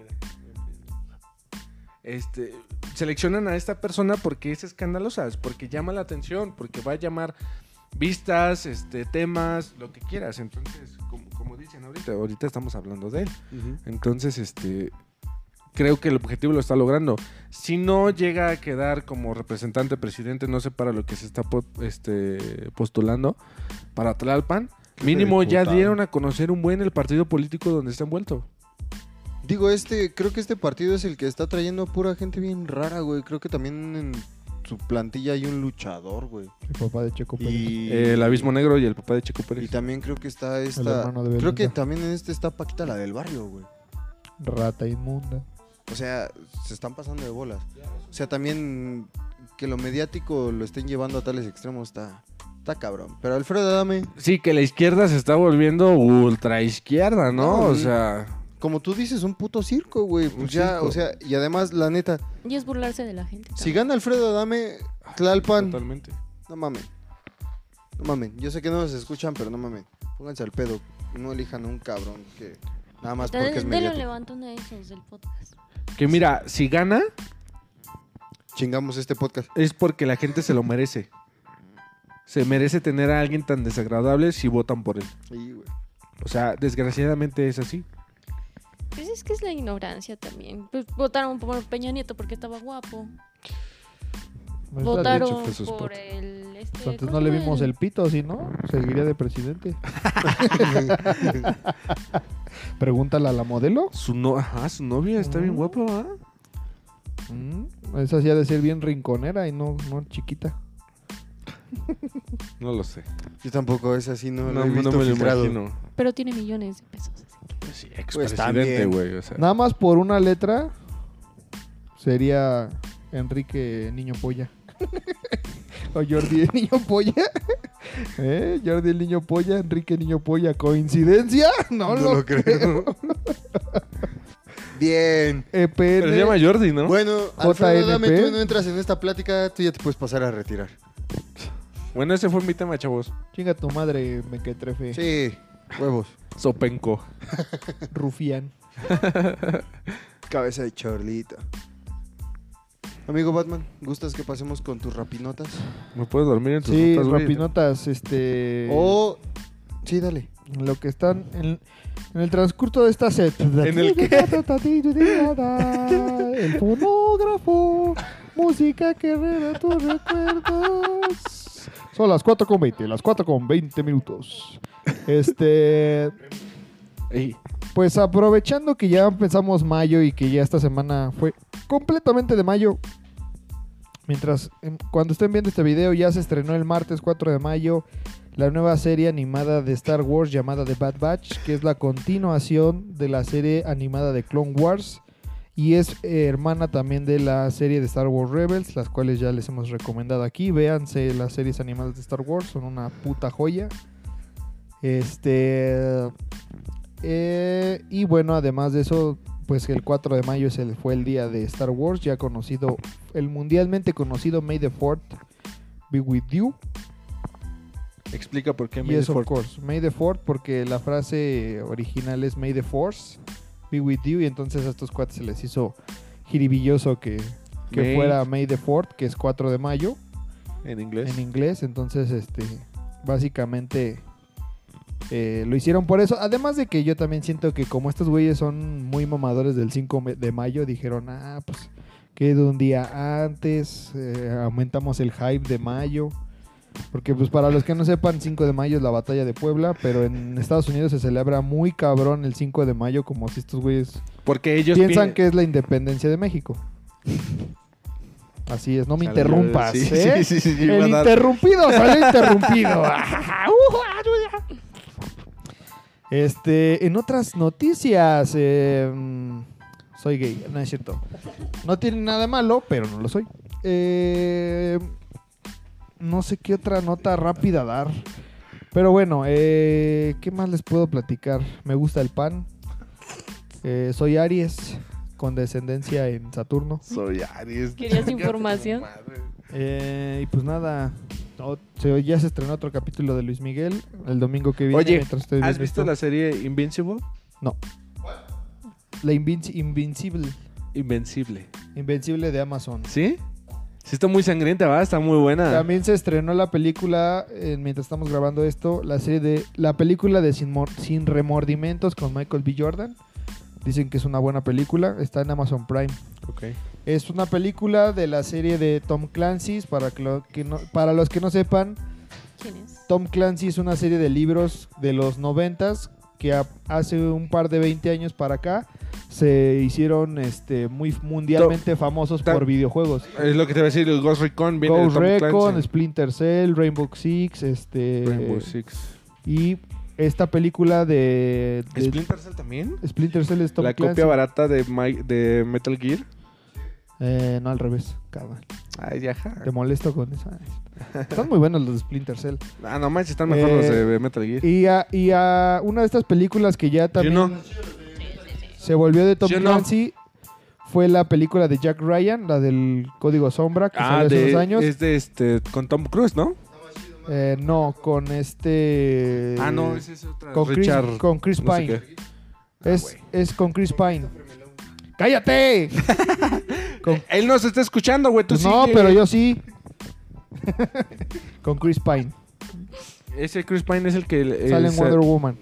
Este, seleccionan a esta persona porque es escandalosa, es porque llama la atención, porque va a llamar vistas, este, temas, lo que quieras. Entonces, como, como dicen ahorita, ahorita estamos hablando de él. Ujú. Entonces, este, creo que el objetivo lo está logrando. Si no llega a quedar como representante, presidente, no sé para lo que se está po- este, postulando para Tlalpan, mínimo ya diputado. dieron a conocer un buen el partido político donde está envuelto. Digo, este, creo que este partido es el que está trayendo pura gente bien rara, güey. Creo que también en su plantilla hay un luchador, güey. El papá de Checo Pérez. Y El Abismo Negro y el papá de Checo Y Pérez. también creo que está El esta. hermano de Creo que Belinda. también en este está Paquita, la del barrio, güey. Rata inmunda. O sea, se están pasando de bolas. O sea, también que lo mediático lo estén llevando a tales extremos está, está cabrón. Pero Alfredo Adame, Sí, que la izquierda se está volviendo ultra izquierda, ¿no? No, o y- sea, como tú dices, un puto circo, güey. Pues Un ya, circo. o sea, y además, la neta, Y es burlarse de la gente. si también. gana Alfredo Adame, Tlalpan, totalmente. no mamen. No mamen. Yo sé que no nos escuchan, pero no mamen. Pónganse al pedo. No elijan a un cabrón que nada más porque es De lo mediático. levantón a esos del podcast. Que mira, si gana Chingamos este podcast. es porque la gente se lo merece. Se merece tener a alguien tan desagradable si votan por él. Sí, güey. O sea, desgraciadamente es así. Pues es que es la ignorancia también. Pues votaron por Peña Nieto porque estaba guapo. No está Votaron dicho, Jesús por Pato. el... Este, Pues antes ¿cómo no se le llama vimos el pito, ¿sí, no? Seguiría de presidente. Pregúntale a la modelo. Su, no, ajá, su novia está bien Mm. guapa, ¿ah? Mm, esa sí ha de ser bien rinconera y no, no chiquita. No lo sé. Yo tampoco, es así, no, No, lo he no visto me lo filtrado. imagino. Pero tiene millones de pesos. así. Pues sí, Pues está expresidente, bien. güey. O sea, Nada más por una letra sería Enrique Niño Polla. O Jordi el Niño Polla. ¿Eh? Jordi el Niño Polla, Enrique Niño Polla. ¿Coincidencia? No, No lo, lo creo. Bien. E P N. Pero se llama Jordi, ¿no? Bueno, J Alfredo, N dame, P. tú no entras en esta plática, tú ya te puedes pasar a retirar. Bueno, ese fue mi tema, chavos. Chinga tu madre, mequetrefe. Sí, huevos. Sopenco. Rufián. Cabeza de chorlito. Amigo Batman, ¿gustas que pasemos con tus rapinotas? ¿Me puedes dormir en tus Sí, notas, güey? rapinotas, este... O... Sí, dale. Lo que están en, en el transcurso de esta set. ¿En el qué? El fonógrafo, música que revela tus recuerdos. Son las cuatro con veinte, las cuatro con veinte minutos. Este... Ey, Pues aprovechando que ya empezamos mayo y que ya esta semana fue completamente de mayo. Mientras, em, cuando estén viendo este video, ya se estrenó el martes cuatro de mayo la nueva serie animada de Star Wars llamada The Bad Batch, que es la continuación de la serie animada de Clone Wars y es eh, hermana también de la serie de Star Wars Rebels, las cuales ya les hemos recomendado aquí. Véanse las series animadas de Star Wars, son una puta joya. Este... Eh, y bueno, además de eso, pues el cuatro de mayo es el, fue el día de Star Wars, ya conocido, el mundialmente conocido May the fourth be with you. explica por qué Y May es the of fourth. course, May the fourth, porque la frase original es May the Force be with you, y entonces a estos cuates se les hizo jiribilloso que, que May. fuera May the fourth, que es cuatro de mayo En inglés. en inglés, entonces este básicamente eh, lo hicieron por eso, además de que yo también siento que como estos güeyes son muy mamadores del cinco de mayo, dijeron, ah, pues que de un día antes, eh, aumentamos el hype de mayo, porque pues para los que no sepan, cinco de mayo es la batalla de Puebla, pero en Estados Unidos se celebra muy cabrón el cinco de mayo, como si estos güeyes Porque ellos piensan pi- que es la independencia de México. Así es, no me Sale, interrumpas, sí, ¿eh? sí, sí, sí, iba El a dar- interrumpido, sale interrumpido. Este, en otras noticias, eh, soy gay, no es cierto. No tiene nada de malo, pero no lo soy. Eh, no sé qué otra nota rápida dar. Pero bueno, eh, ¿qué más les puedo platicar? Me gusta el pan. Eh, soy Aries, con descendencia en Saturno. Soy Aries. ¿Querías información? Eh, y pues nada, o- se- ya se estrenó otro capítulo de Luis Miguel el domingo que viene. Oye, mientras estoy ¿has viendo visto esto. la serie Invincible? La Invinci- Invincible, Invencible. Invencible de Amazon? ¿Sí? Sí está muy sangrienta, ¿va? Está muy buena. También se estrenó la película, eh, mientras estamos grabando esto, la serie de la película de Sin, Mor- Sin Remordimientos con Michael B. Jordan. Dicen que es una buena película, está en Amazon Prime. Ok. Es una película de la serie de Tom Clancy, para, que lo- que no- para los que no sepan, ¿Quién es? Tom Clancy es una serie de libros de los noventas que a- hace un par de veinte años para acá se hicieron este, muy mundialmente famosos Ta- por videojuegos. Es lo que te iba a decir, el Ghost Recon viene Ghost de Tom Recon, Clancy. Splinter Cell, Rainbow Six, este Rainbow Six. y esta película de, de- ¿Splinter Cell también? Splinter Cell es Tom La Clancy. copia barata de, Mi- de Metal Gear. Eh, no, al revés, cabrón. Ay, ya. ja. Te molesto con eso. Ay, están muy buenos los de Splinter Cell. Ah, no manches, están mejor Eh, los de Metal Gear. Y a, y a una de estas películas que ya también no? se volvió de Tom ¿Sí o no? Clancy fue la película de Jack Ryan, la del Código Sombra, que Ah, salió hace de, unos años. es de este, con Tom Cruise, ¿no? Eh, no, con este... ah, no, ese es otra. con Chris, Richard. con Chris no sé Pine. qué. es, es con Chris Pine. ¡Cállate! Con- Él no se está escuchando, güey. Tú Pues no, sigue. pero yo sí. Con Chris Pine. Ese Chris Pine es el que... el- Sale en es- Wonder Woman.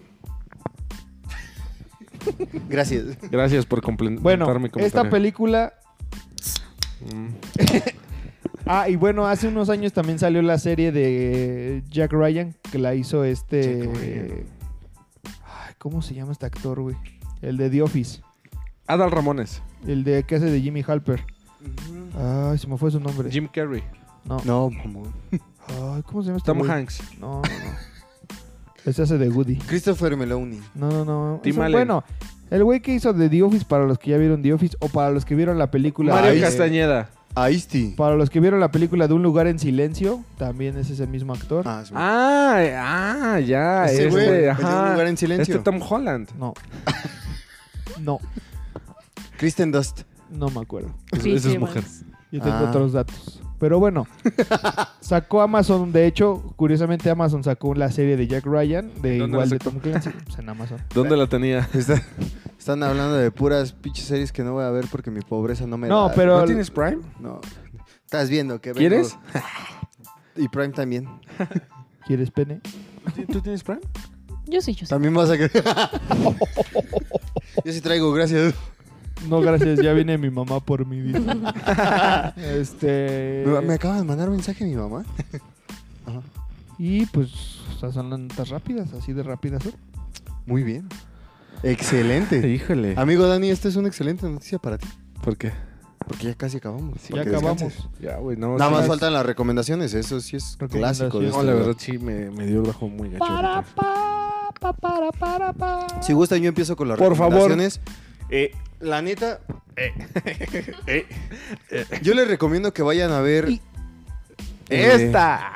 Gracias. Gracias por complementar Bueno, mi comentario. esta película... Mm. Ah, y bueno, hace unos años también salió la serie de Jack Ryan, que la hizo este... Jack Ryan. Ay, ¿cómo se llama este actor, güey? El de The Office. Adal Ramones. El de que hace de Jimmy Halper. Ay, se me fue su nombre. Jim Carrey. No. No, mamón. Ay, ¿cómo se llama este Tom güey? Hanks. No, no, no. Ese hace de Woody. Christopher Meloni. No, no, no. Tim Es un- Allen. bueno, el güey que hizo de The Office, para los que ya vieron The Office, o para los que vieron la película... Mario de- Castañeda. Ice-T. Para los que vieron la película de Un Lugar en Silencio, también ese es el mismo actor. Ah, sí. Ah, ah, ya. Ese este, güey, el de ajá. Un Lugar en Silencio. Este Tom Holland. No. No, Kristen Dust. no me acuerdo. Esa Chris es Evans. mujer. Yo tengo Ah. otros datos. Pero bueno, sacó Amazon, de hecho, curiosamente Amazon sacó la serie de Jack Ryan, de ¿Dónde igual la de sacó? Tom Clancy, pues en Amazon. ¿Dónde la tenía? Está, Están hablando de puras pinches series que no voy a ver porque mi pobreza no me No, da. pero- ¿No tienes Prime? No. Estás viendo que vengo- ¿Quieres? Y Prime también. ¿Quieres pene? ¿Tú tienes Prime? Yo sí, yo sí. También vas a querer. Yo sí traigo, gracias. No, gracias, ya viene mi mamá por mi vida. este... Me, me acaba de mandar un mensaje mi mamá. Ajá. Y pues, estas son las notas rápidas, así de rápidas son. Muy bien. Excelente. Híjole. Amigo Dani, esta es una excelente noticia para ti. ¿Por qué? Porque ya casi acabamos. Ya Para que acabamos. descanses. Ya, güey, no. Nada sí, más es- faltan las recomendaciones. Eso sí es clásico. de Recomendaciones. No, este la lugar. verdad sí me, me dio el bajo muy gacho. Para, ahorita. pa, pa, para, para, pa. Si gustan, yo empiezo con las Por favor. recomendaciones. Eh, la neta, Eh, yo les recomiendo que vayan a ver. Y- ¡Esta!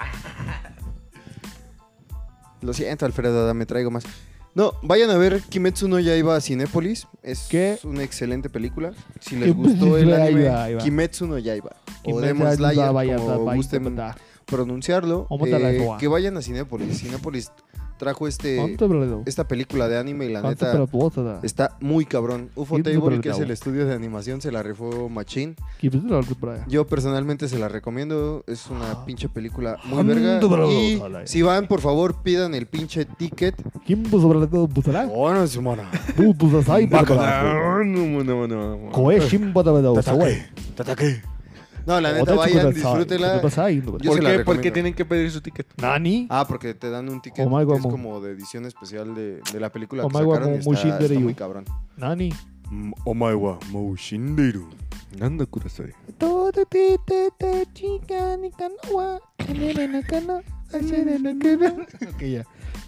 Lo siento, Alfredo, me traigo más. No, vayan a ver Kimetsu no Yaiba a Cinépolis. Es ¿Qué? una excelente película. Si les Kimetsu gustó el no anime, Yaiba, ahí va. Kimetsu no Yaiba. O Kimetsu Demon no Slayer, Yaiba, vaya, como vaya, gusten vaya. pronunciarlo. ¿Cómo te la eh, doa? que vayan a Cinépolis. Cinépolis trajo este ¿Cuánto bredo? esta película de anime y la ¿Cuánto neta bredo da? está muy cabrón. U F O Sí, Table, súper que es bravo. el estudio de animación, se la rifó Machín. ¿Quieres bredo por allá? Yo personalmente se la recomiendo. Es una Ah. pinche película muy Ando verga. bravo, Y ojalá. si van, por favor, pidan el pinche ticket. ¿Quién puso bredo busará? Oh, no, su mona. Bu busasai brado. No, no, no, no, no. Koe shimbo da bredo, sawai. No, la neta, Otaku vayan, kudasai, disfrútela. kudasai. Yo ¿Por se la qué? ¿Por qué recomiendo. tienen que pedir su ticket? ¿Nani? Ah, porque te dan un ticket Omae que es guamo. como de edición especial de, de la película que Omae sacaron guamo y está, mushindere está yu. muy cabrón. ¿Nani? Omae wa moushinderu. Anda, Kurasai. Todo te te te chica ni canoa. Kanere no kano. Asere no kano. Ok, ya.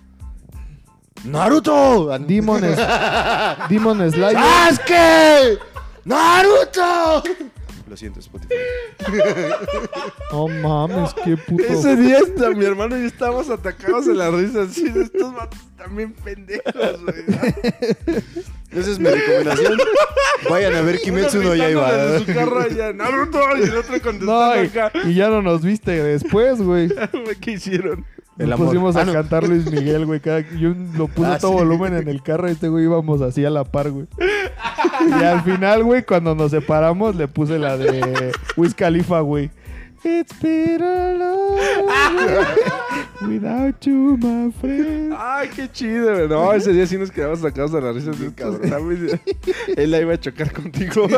¡Naruto! Demon, es, Demon Slayer. ¡Sasuke! ¡Naruto! Lo siento, Spotify. No mames, qué puto. Ese día hasta mi hermano y yo estábamos atacados en la risa. Así, estos vatos también pendejos, güey. Esa es mi recomendación. Vayan a ver Kimetsu no Yaiba. Desde su carro allá, Naruto, y el otro contestando No, y, acá. y ya no nos viste después, güey. ¿Qué hicieron? El Nos amor. pusimos Ah, a no. cantar Luis Miguel, güey. Cada, yo lo puse Ah, a todo sí. volumen en el carro y este güey íbamos así a la par, güey. Y al final, güey, cuando nos separamos, le puse la de Wiz Khalifa, güey. It's been a long way without you, my friend. Ay, qué chido, güey. No, ese día sí nos quedamos sacados a la risa. Bien Estos cabrón. también- Él la iba a chocar contigo.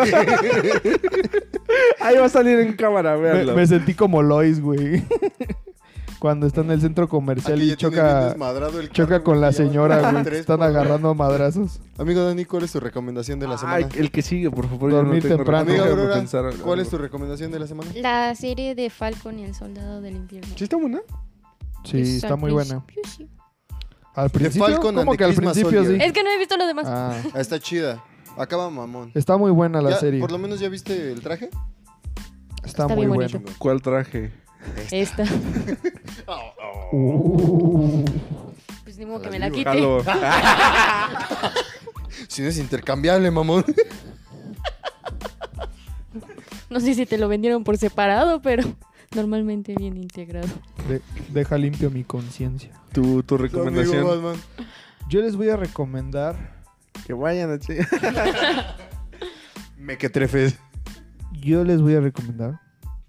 Ahí va a salir en cámara, Me, véanlo. me sentí como Lois, güey. Cuando está en el centro comercial Aquí y ya tiene bien choca, desmadrado el choca carro, con güey, la ya van señora, güey. tres Están por- agarrando a madrazos. Amigo Dani, ¿cuál es tu recomendación de la semana? Ay, el que sigue, por favor. yo Dormir no tengo temprano. Amiga déjame Aurora, pensar. ¿cuál es tu recomendación de la semana? La serie de Falcon y el Soldado del Invierno. ¿Sí está buena? Sí, Pues, está al muy buena. principio sí. Al principio, Falcon ¿cómo and que the al Christmas principio sí? Soldier. Es que no he visto los demás. Ah, Ah, está chida. Acaba mamón. está muy buena la Ya, serie. ¿Por lo menos ya viste el traje? Está, Está muy bien buena. bonito. ¿Cuál traje? Esta. Uh. Pues ni modo que La me la digo. quite. Jalo. Si no es intercambiable, mamón. No sé si te lo vendieron por separado, pero normalmente viene integrado. De- deja limpio mi conciencia. Tu, tu Amigo recomendación. Batman. Yo les voy a recomendar. Que vayan a che- Me que trefes. Yo les voy a recomendar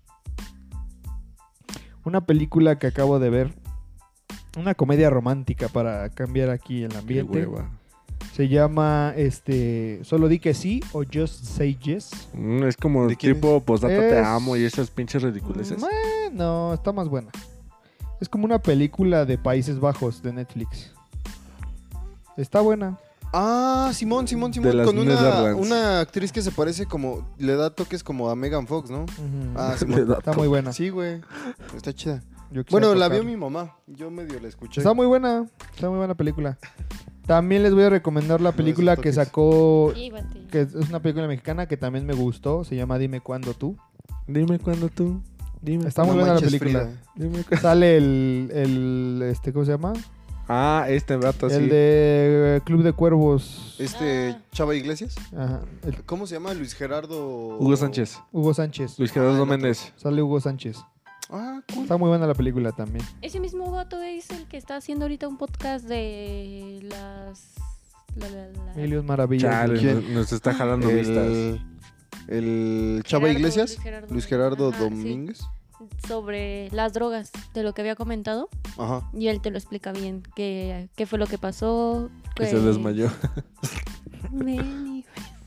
una película que acabo de ver. Una comedia romántica para cambiar aquí el Qué ambiente. hueva. Se llama este Solo di que sí o Just Say Yes. Mm, es como ¿De quién tipo postdata te Es- amo y esas pinches ridiculeces. Eh, no, está más buena. Es como una película de Países Bajos de Netflix. Está buena. Ah, Simón, Simón, Simón. De las Con una, Netherlands. una actriz que se parece como. Le da toques como a Megan Fox, ¿no? Ujú. Ah, Le Simón. da Está muy buena. Sí, güey. Está chida. Yo quisiera Bueno, la tocar. vio mi mamá. Yo medio la escuché. Está muy buena. Está muy buena película. También les voy a recomendar la esos película que toques. sacó, Llévate. que es una película mexicana que también me gustó. Se llama Dime Cuándo Tú. Dime cuándo tú. Dime. Está muy No buena la manches, película. Frida. Dime cu- Sale el, el, este, ¿cómo se llama? Ah, este vato sí. El de eh, Club de Cuervos. Este, Ah. Chava Iglesias. Ajá. El- ¿Cómo se llama? Luis Gerardo. Hugo Sánchez. Hugo Sánchez. Luis Ah, Gerardo el otro. Méndez. Sale Hugo Sánchez. Ah, cool. Está muy buena la película también. Ese mismo vato es el que está haciendo ahorita un podcast de las La, la, la. Emilio es maravilla. Chale, ¿Quién? nos, nos está jalando vistas. El, el Chava Gerardo, Iglesias, Luis Gerardo Luis Gerardo Ajá, sí. Domínguez. Sobre las drogas, de lo que había comentado. Ajá. Y él te lo explica bien. Qué, qué fue lo que pasó. Que qué- se desmayó. Many-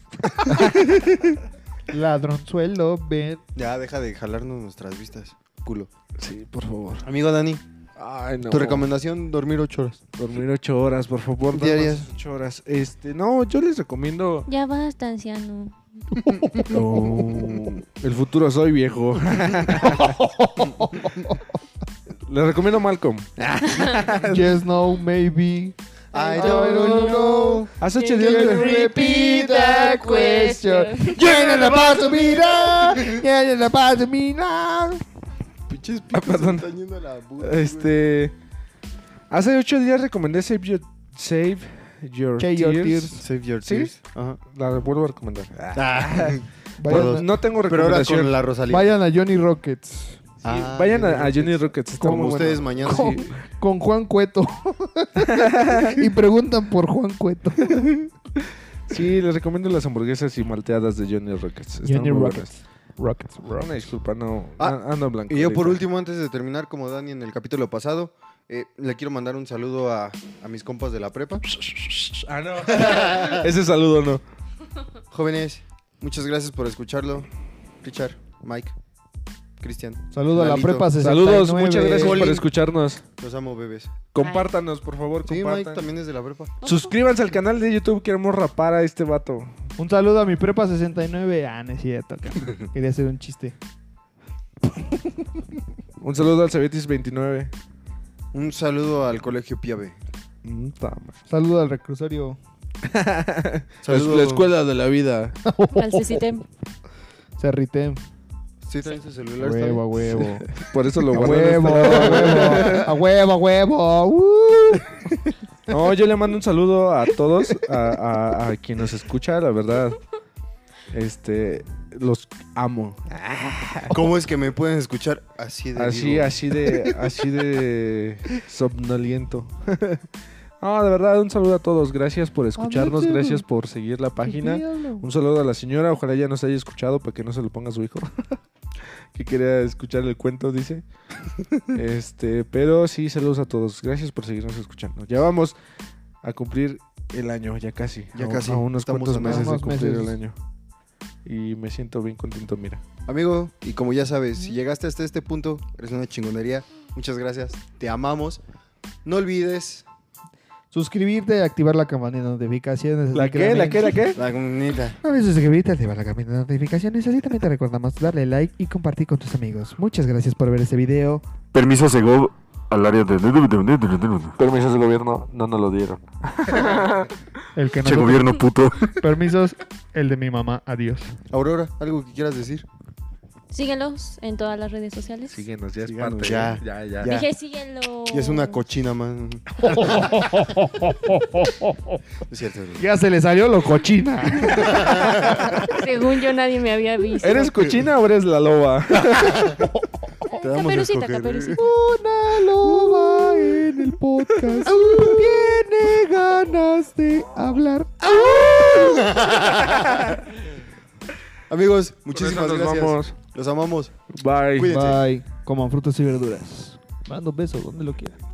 Ladronzuelo, ven. Ya, deja de jalarnos nuestras vistas. Culo. Sí, por favor. Amigo Dani, Ay, no. tu recomendación, dormir ocho horas. Dormir ocho horas, por favor. nada Diarias. más Ocho horas. Este, no, yo les recomiendo. Ya basta, anciano. Oh, el futuro soy viejo. Les recomiendo Malcolm. Yes, no, maybe. I don't know. Hace ocho días. Can you que- repeat that question? You're not about to be now. You're not about to be now. Pinches Ah, picos se perdón. están yendo a la puta, güey. Este. Hace ocho días recomendé Save Your, Save Your, Save Your Tears. Tears. Save your ¿Sí? tears. Ajá. La vuelvo a recomendar. Ah, Vayan, No tengo pero ahora recomendación. con la Rosalía. vayan a Johnny Rockets Sí, Ah, vayan Johnny a, a Johnny Rockets. Está Como muy bueno. ustedes mañana. Con, Sí. con Juan Cueto. Y preguntan por Juan Cueto. Sí, les recomiendo las hamburguesas y malteadas de Johnny Rockets. Están Johnny muy Rockets. Rockets. buenas. Una Rockets. disculpa, no. Ah, a- ando blanco. Y yo por ahorita. último, antes de terminar, como Dani en el capítulo pasado, eh, le quiero mandar un saludo a, a mis compas de la prepa. Ah, no. Ese saludo no. Jóvenes, muchas gracias por escucharlo. Richard, Mike, Cristian. Saludo a la Lalito. prepa sesenta y nueve. Saludos, muchas gracias por Colin. escucharnos. Los amo, bebés. Compártanos, por favor, Sí, Mike compartan. también es de la prepa. Suscríbanse al canal de YouTube, queremos rapar a este vato. Un saludo a mi prepa sesenta y nueve. Ah, no es cierto. cabrón. Quería hacer un chiste. Un saludo al Cebetis veintinueve. Un saludo al colegio Piave. Mm, tama. Saludo al reclusorio. Saludo- La escuela de la vida. Al Cecitem. Cerritem. Sí, traen su celular. A está huevo, a bien. huevo. Por eso lo A guardé. huevo, a huevo. A huevo, a huevo. Uh. No, yo le mando un saludo a todos, a, a, a quien nos escucha, la verdad. Este, los amo. ¿Cómo es que me pueden escuchar así de Así, vivo? así de, así de somnoliento. No, de verdad, un saludo a todos. Gracias por escucharnos, gracias por seguir la página. Un saludo a la señora, ojalá ya nos haya escuchado para que no se lo ponga a su hijo. Que quería escuchar el cuento, dice. Este, pero sí, saludos a todos. Gracias por seguirnos escuchando. Ya vamos a cumplir el año, ya casi. Ya a, casi. A unos Estamos cuantos a nada. meses de Unos cumplir meses. el año. Y me siento bien contento, mira. Amigo, y como ya sabes, si llegaste hasta este punto, eres una chingonería. Muchas gracias. Te amamos. No olvides Suscribirte, activar la campanita de notificaciones. ¿La así qué? ¿La también- qué? ¿La qué? la comunidad. No olvides suscribirte, activar la campanita de notificaciones. Así también te recordamos darle like y compartir con tus amigos. Muchas gracias por ver este video. Permiso Segov al área de... Permisos de gobierno, no nos lo dieron. El que Che nosotros- gobierno puto. Permisos, el de mi mamá. Adiós. Aurora, ¿algo que quieras decir? Síguelos en todas las redes sociales. Síguenos, ya es Síganos, parte. ya. ya, ya. Ya. Dije síguelo. Y es una cochina, man. Es cierto. güey. Ya se le salió lo cochina. Según yo nadie me había visto. ¿Eres cochina o eres la loba? Te damos a Caperucita, escoger. Caperucita. Una loba en el podcast tiene ganas de hablar. Amigos, Con muchísimas eso nos gracias. vamos. Los amamos. Bye. Cuídense. Bye. Coman frutas y verduras. Mando besos donde lo quieran.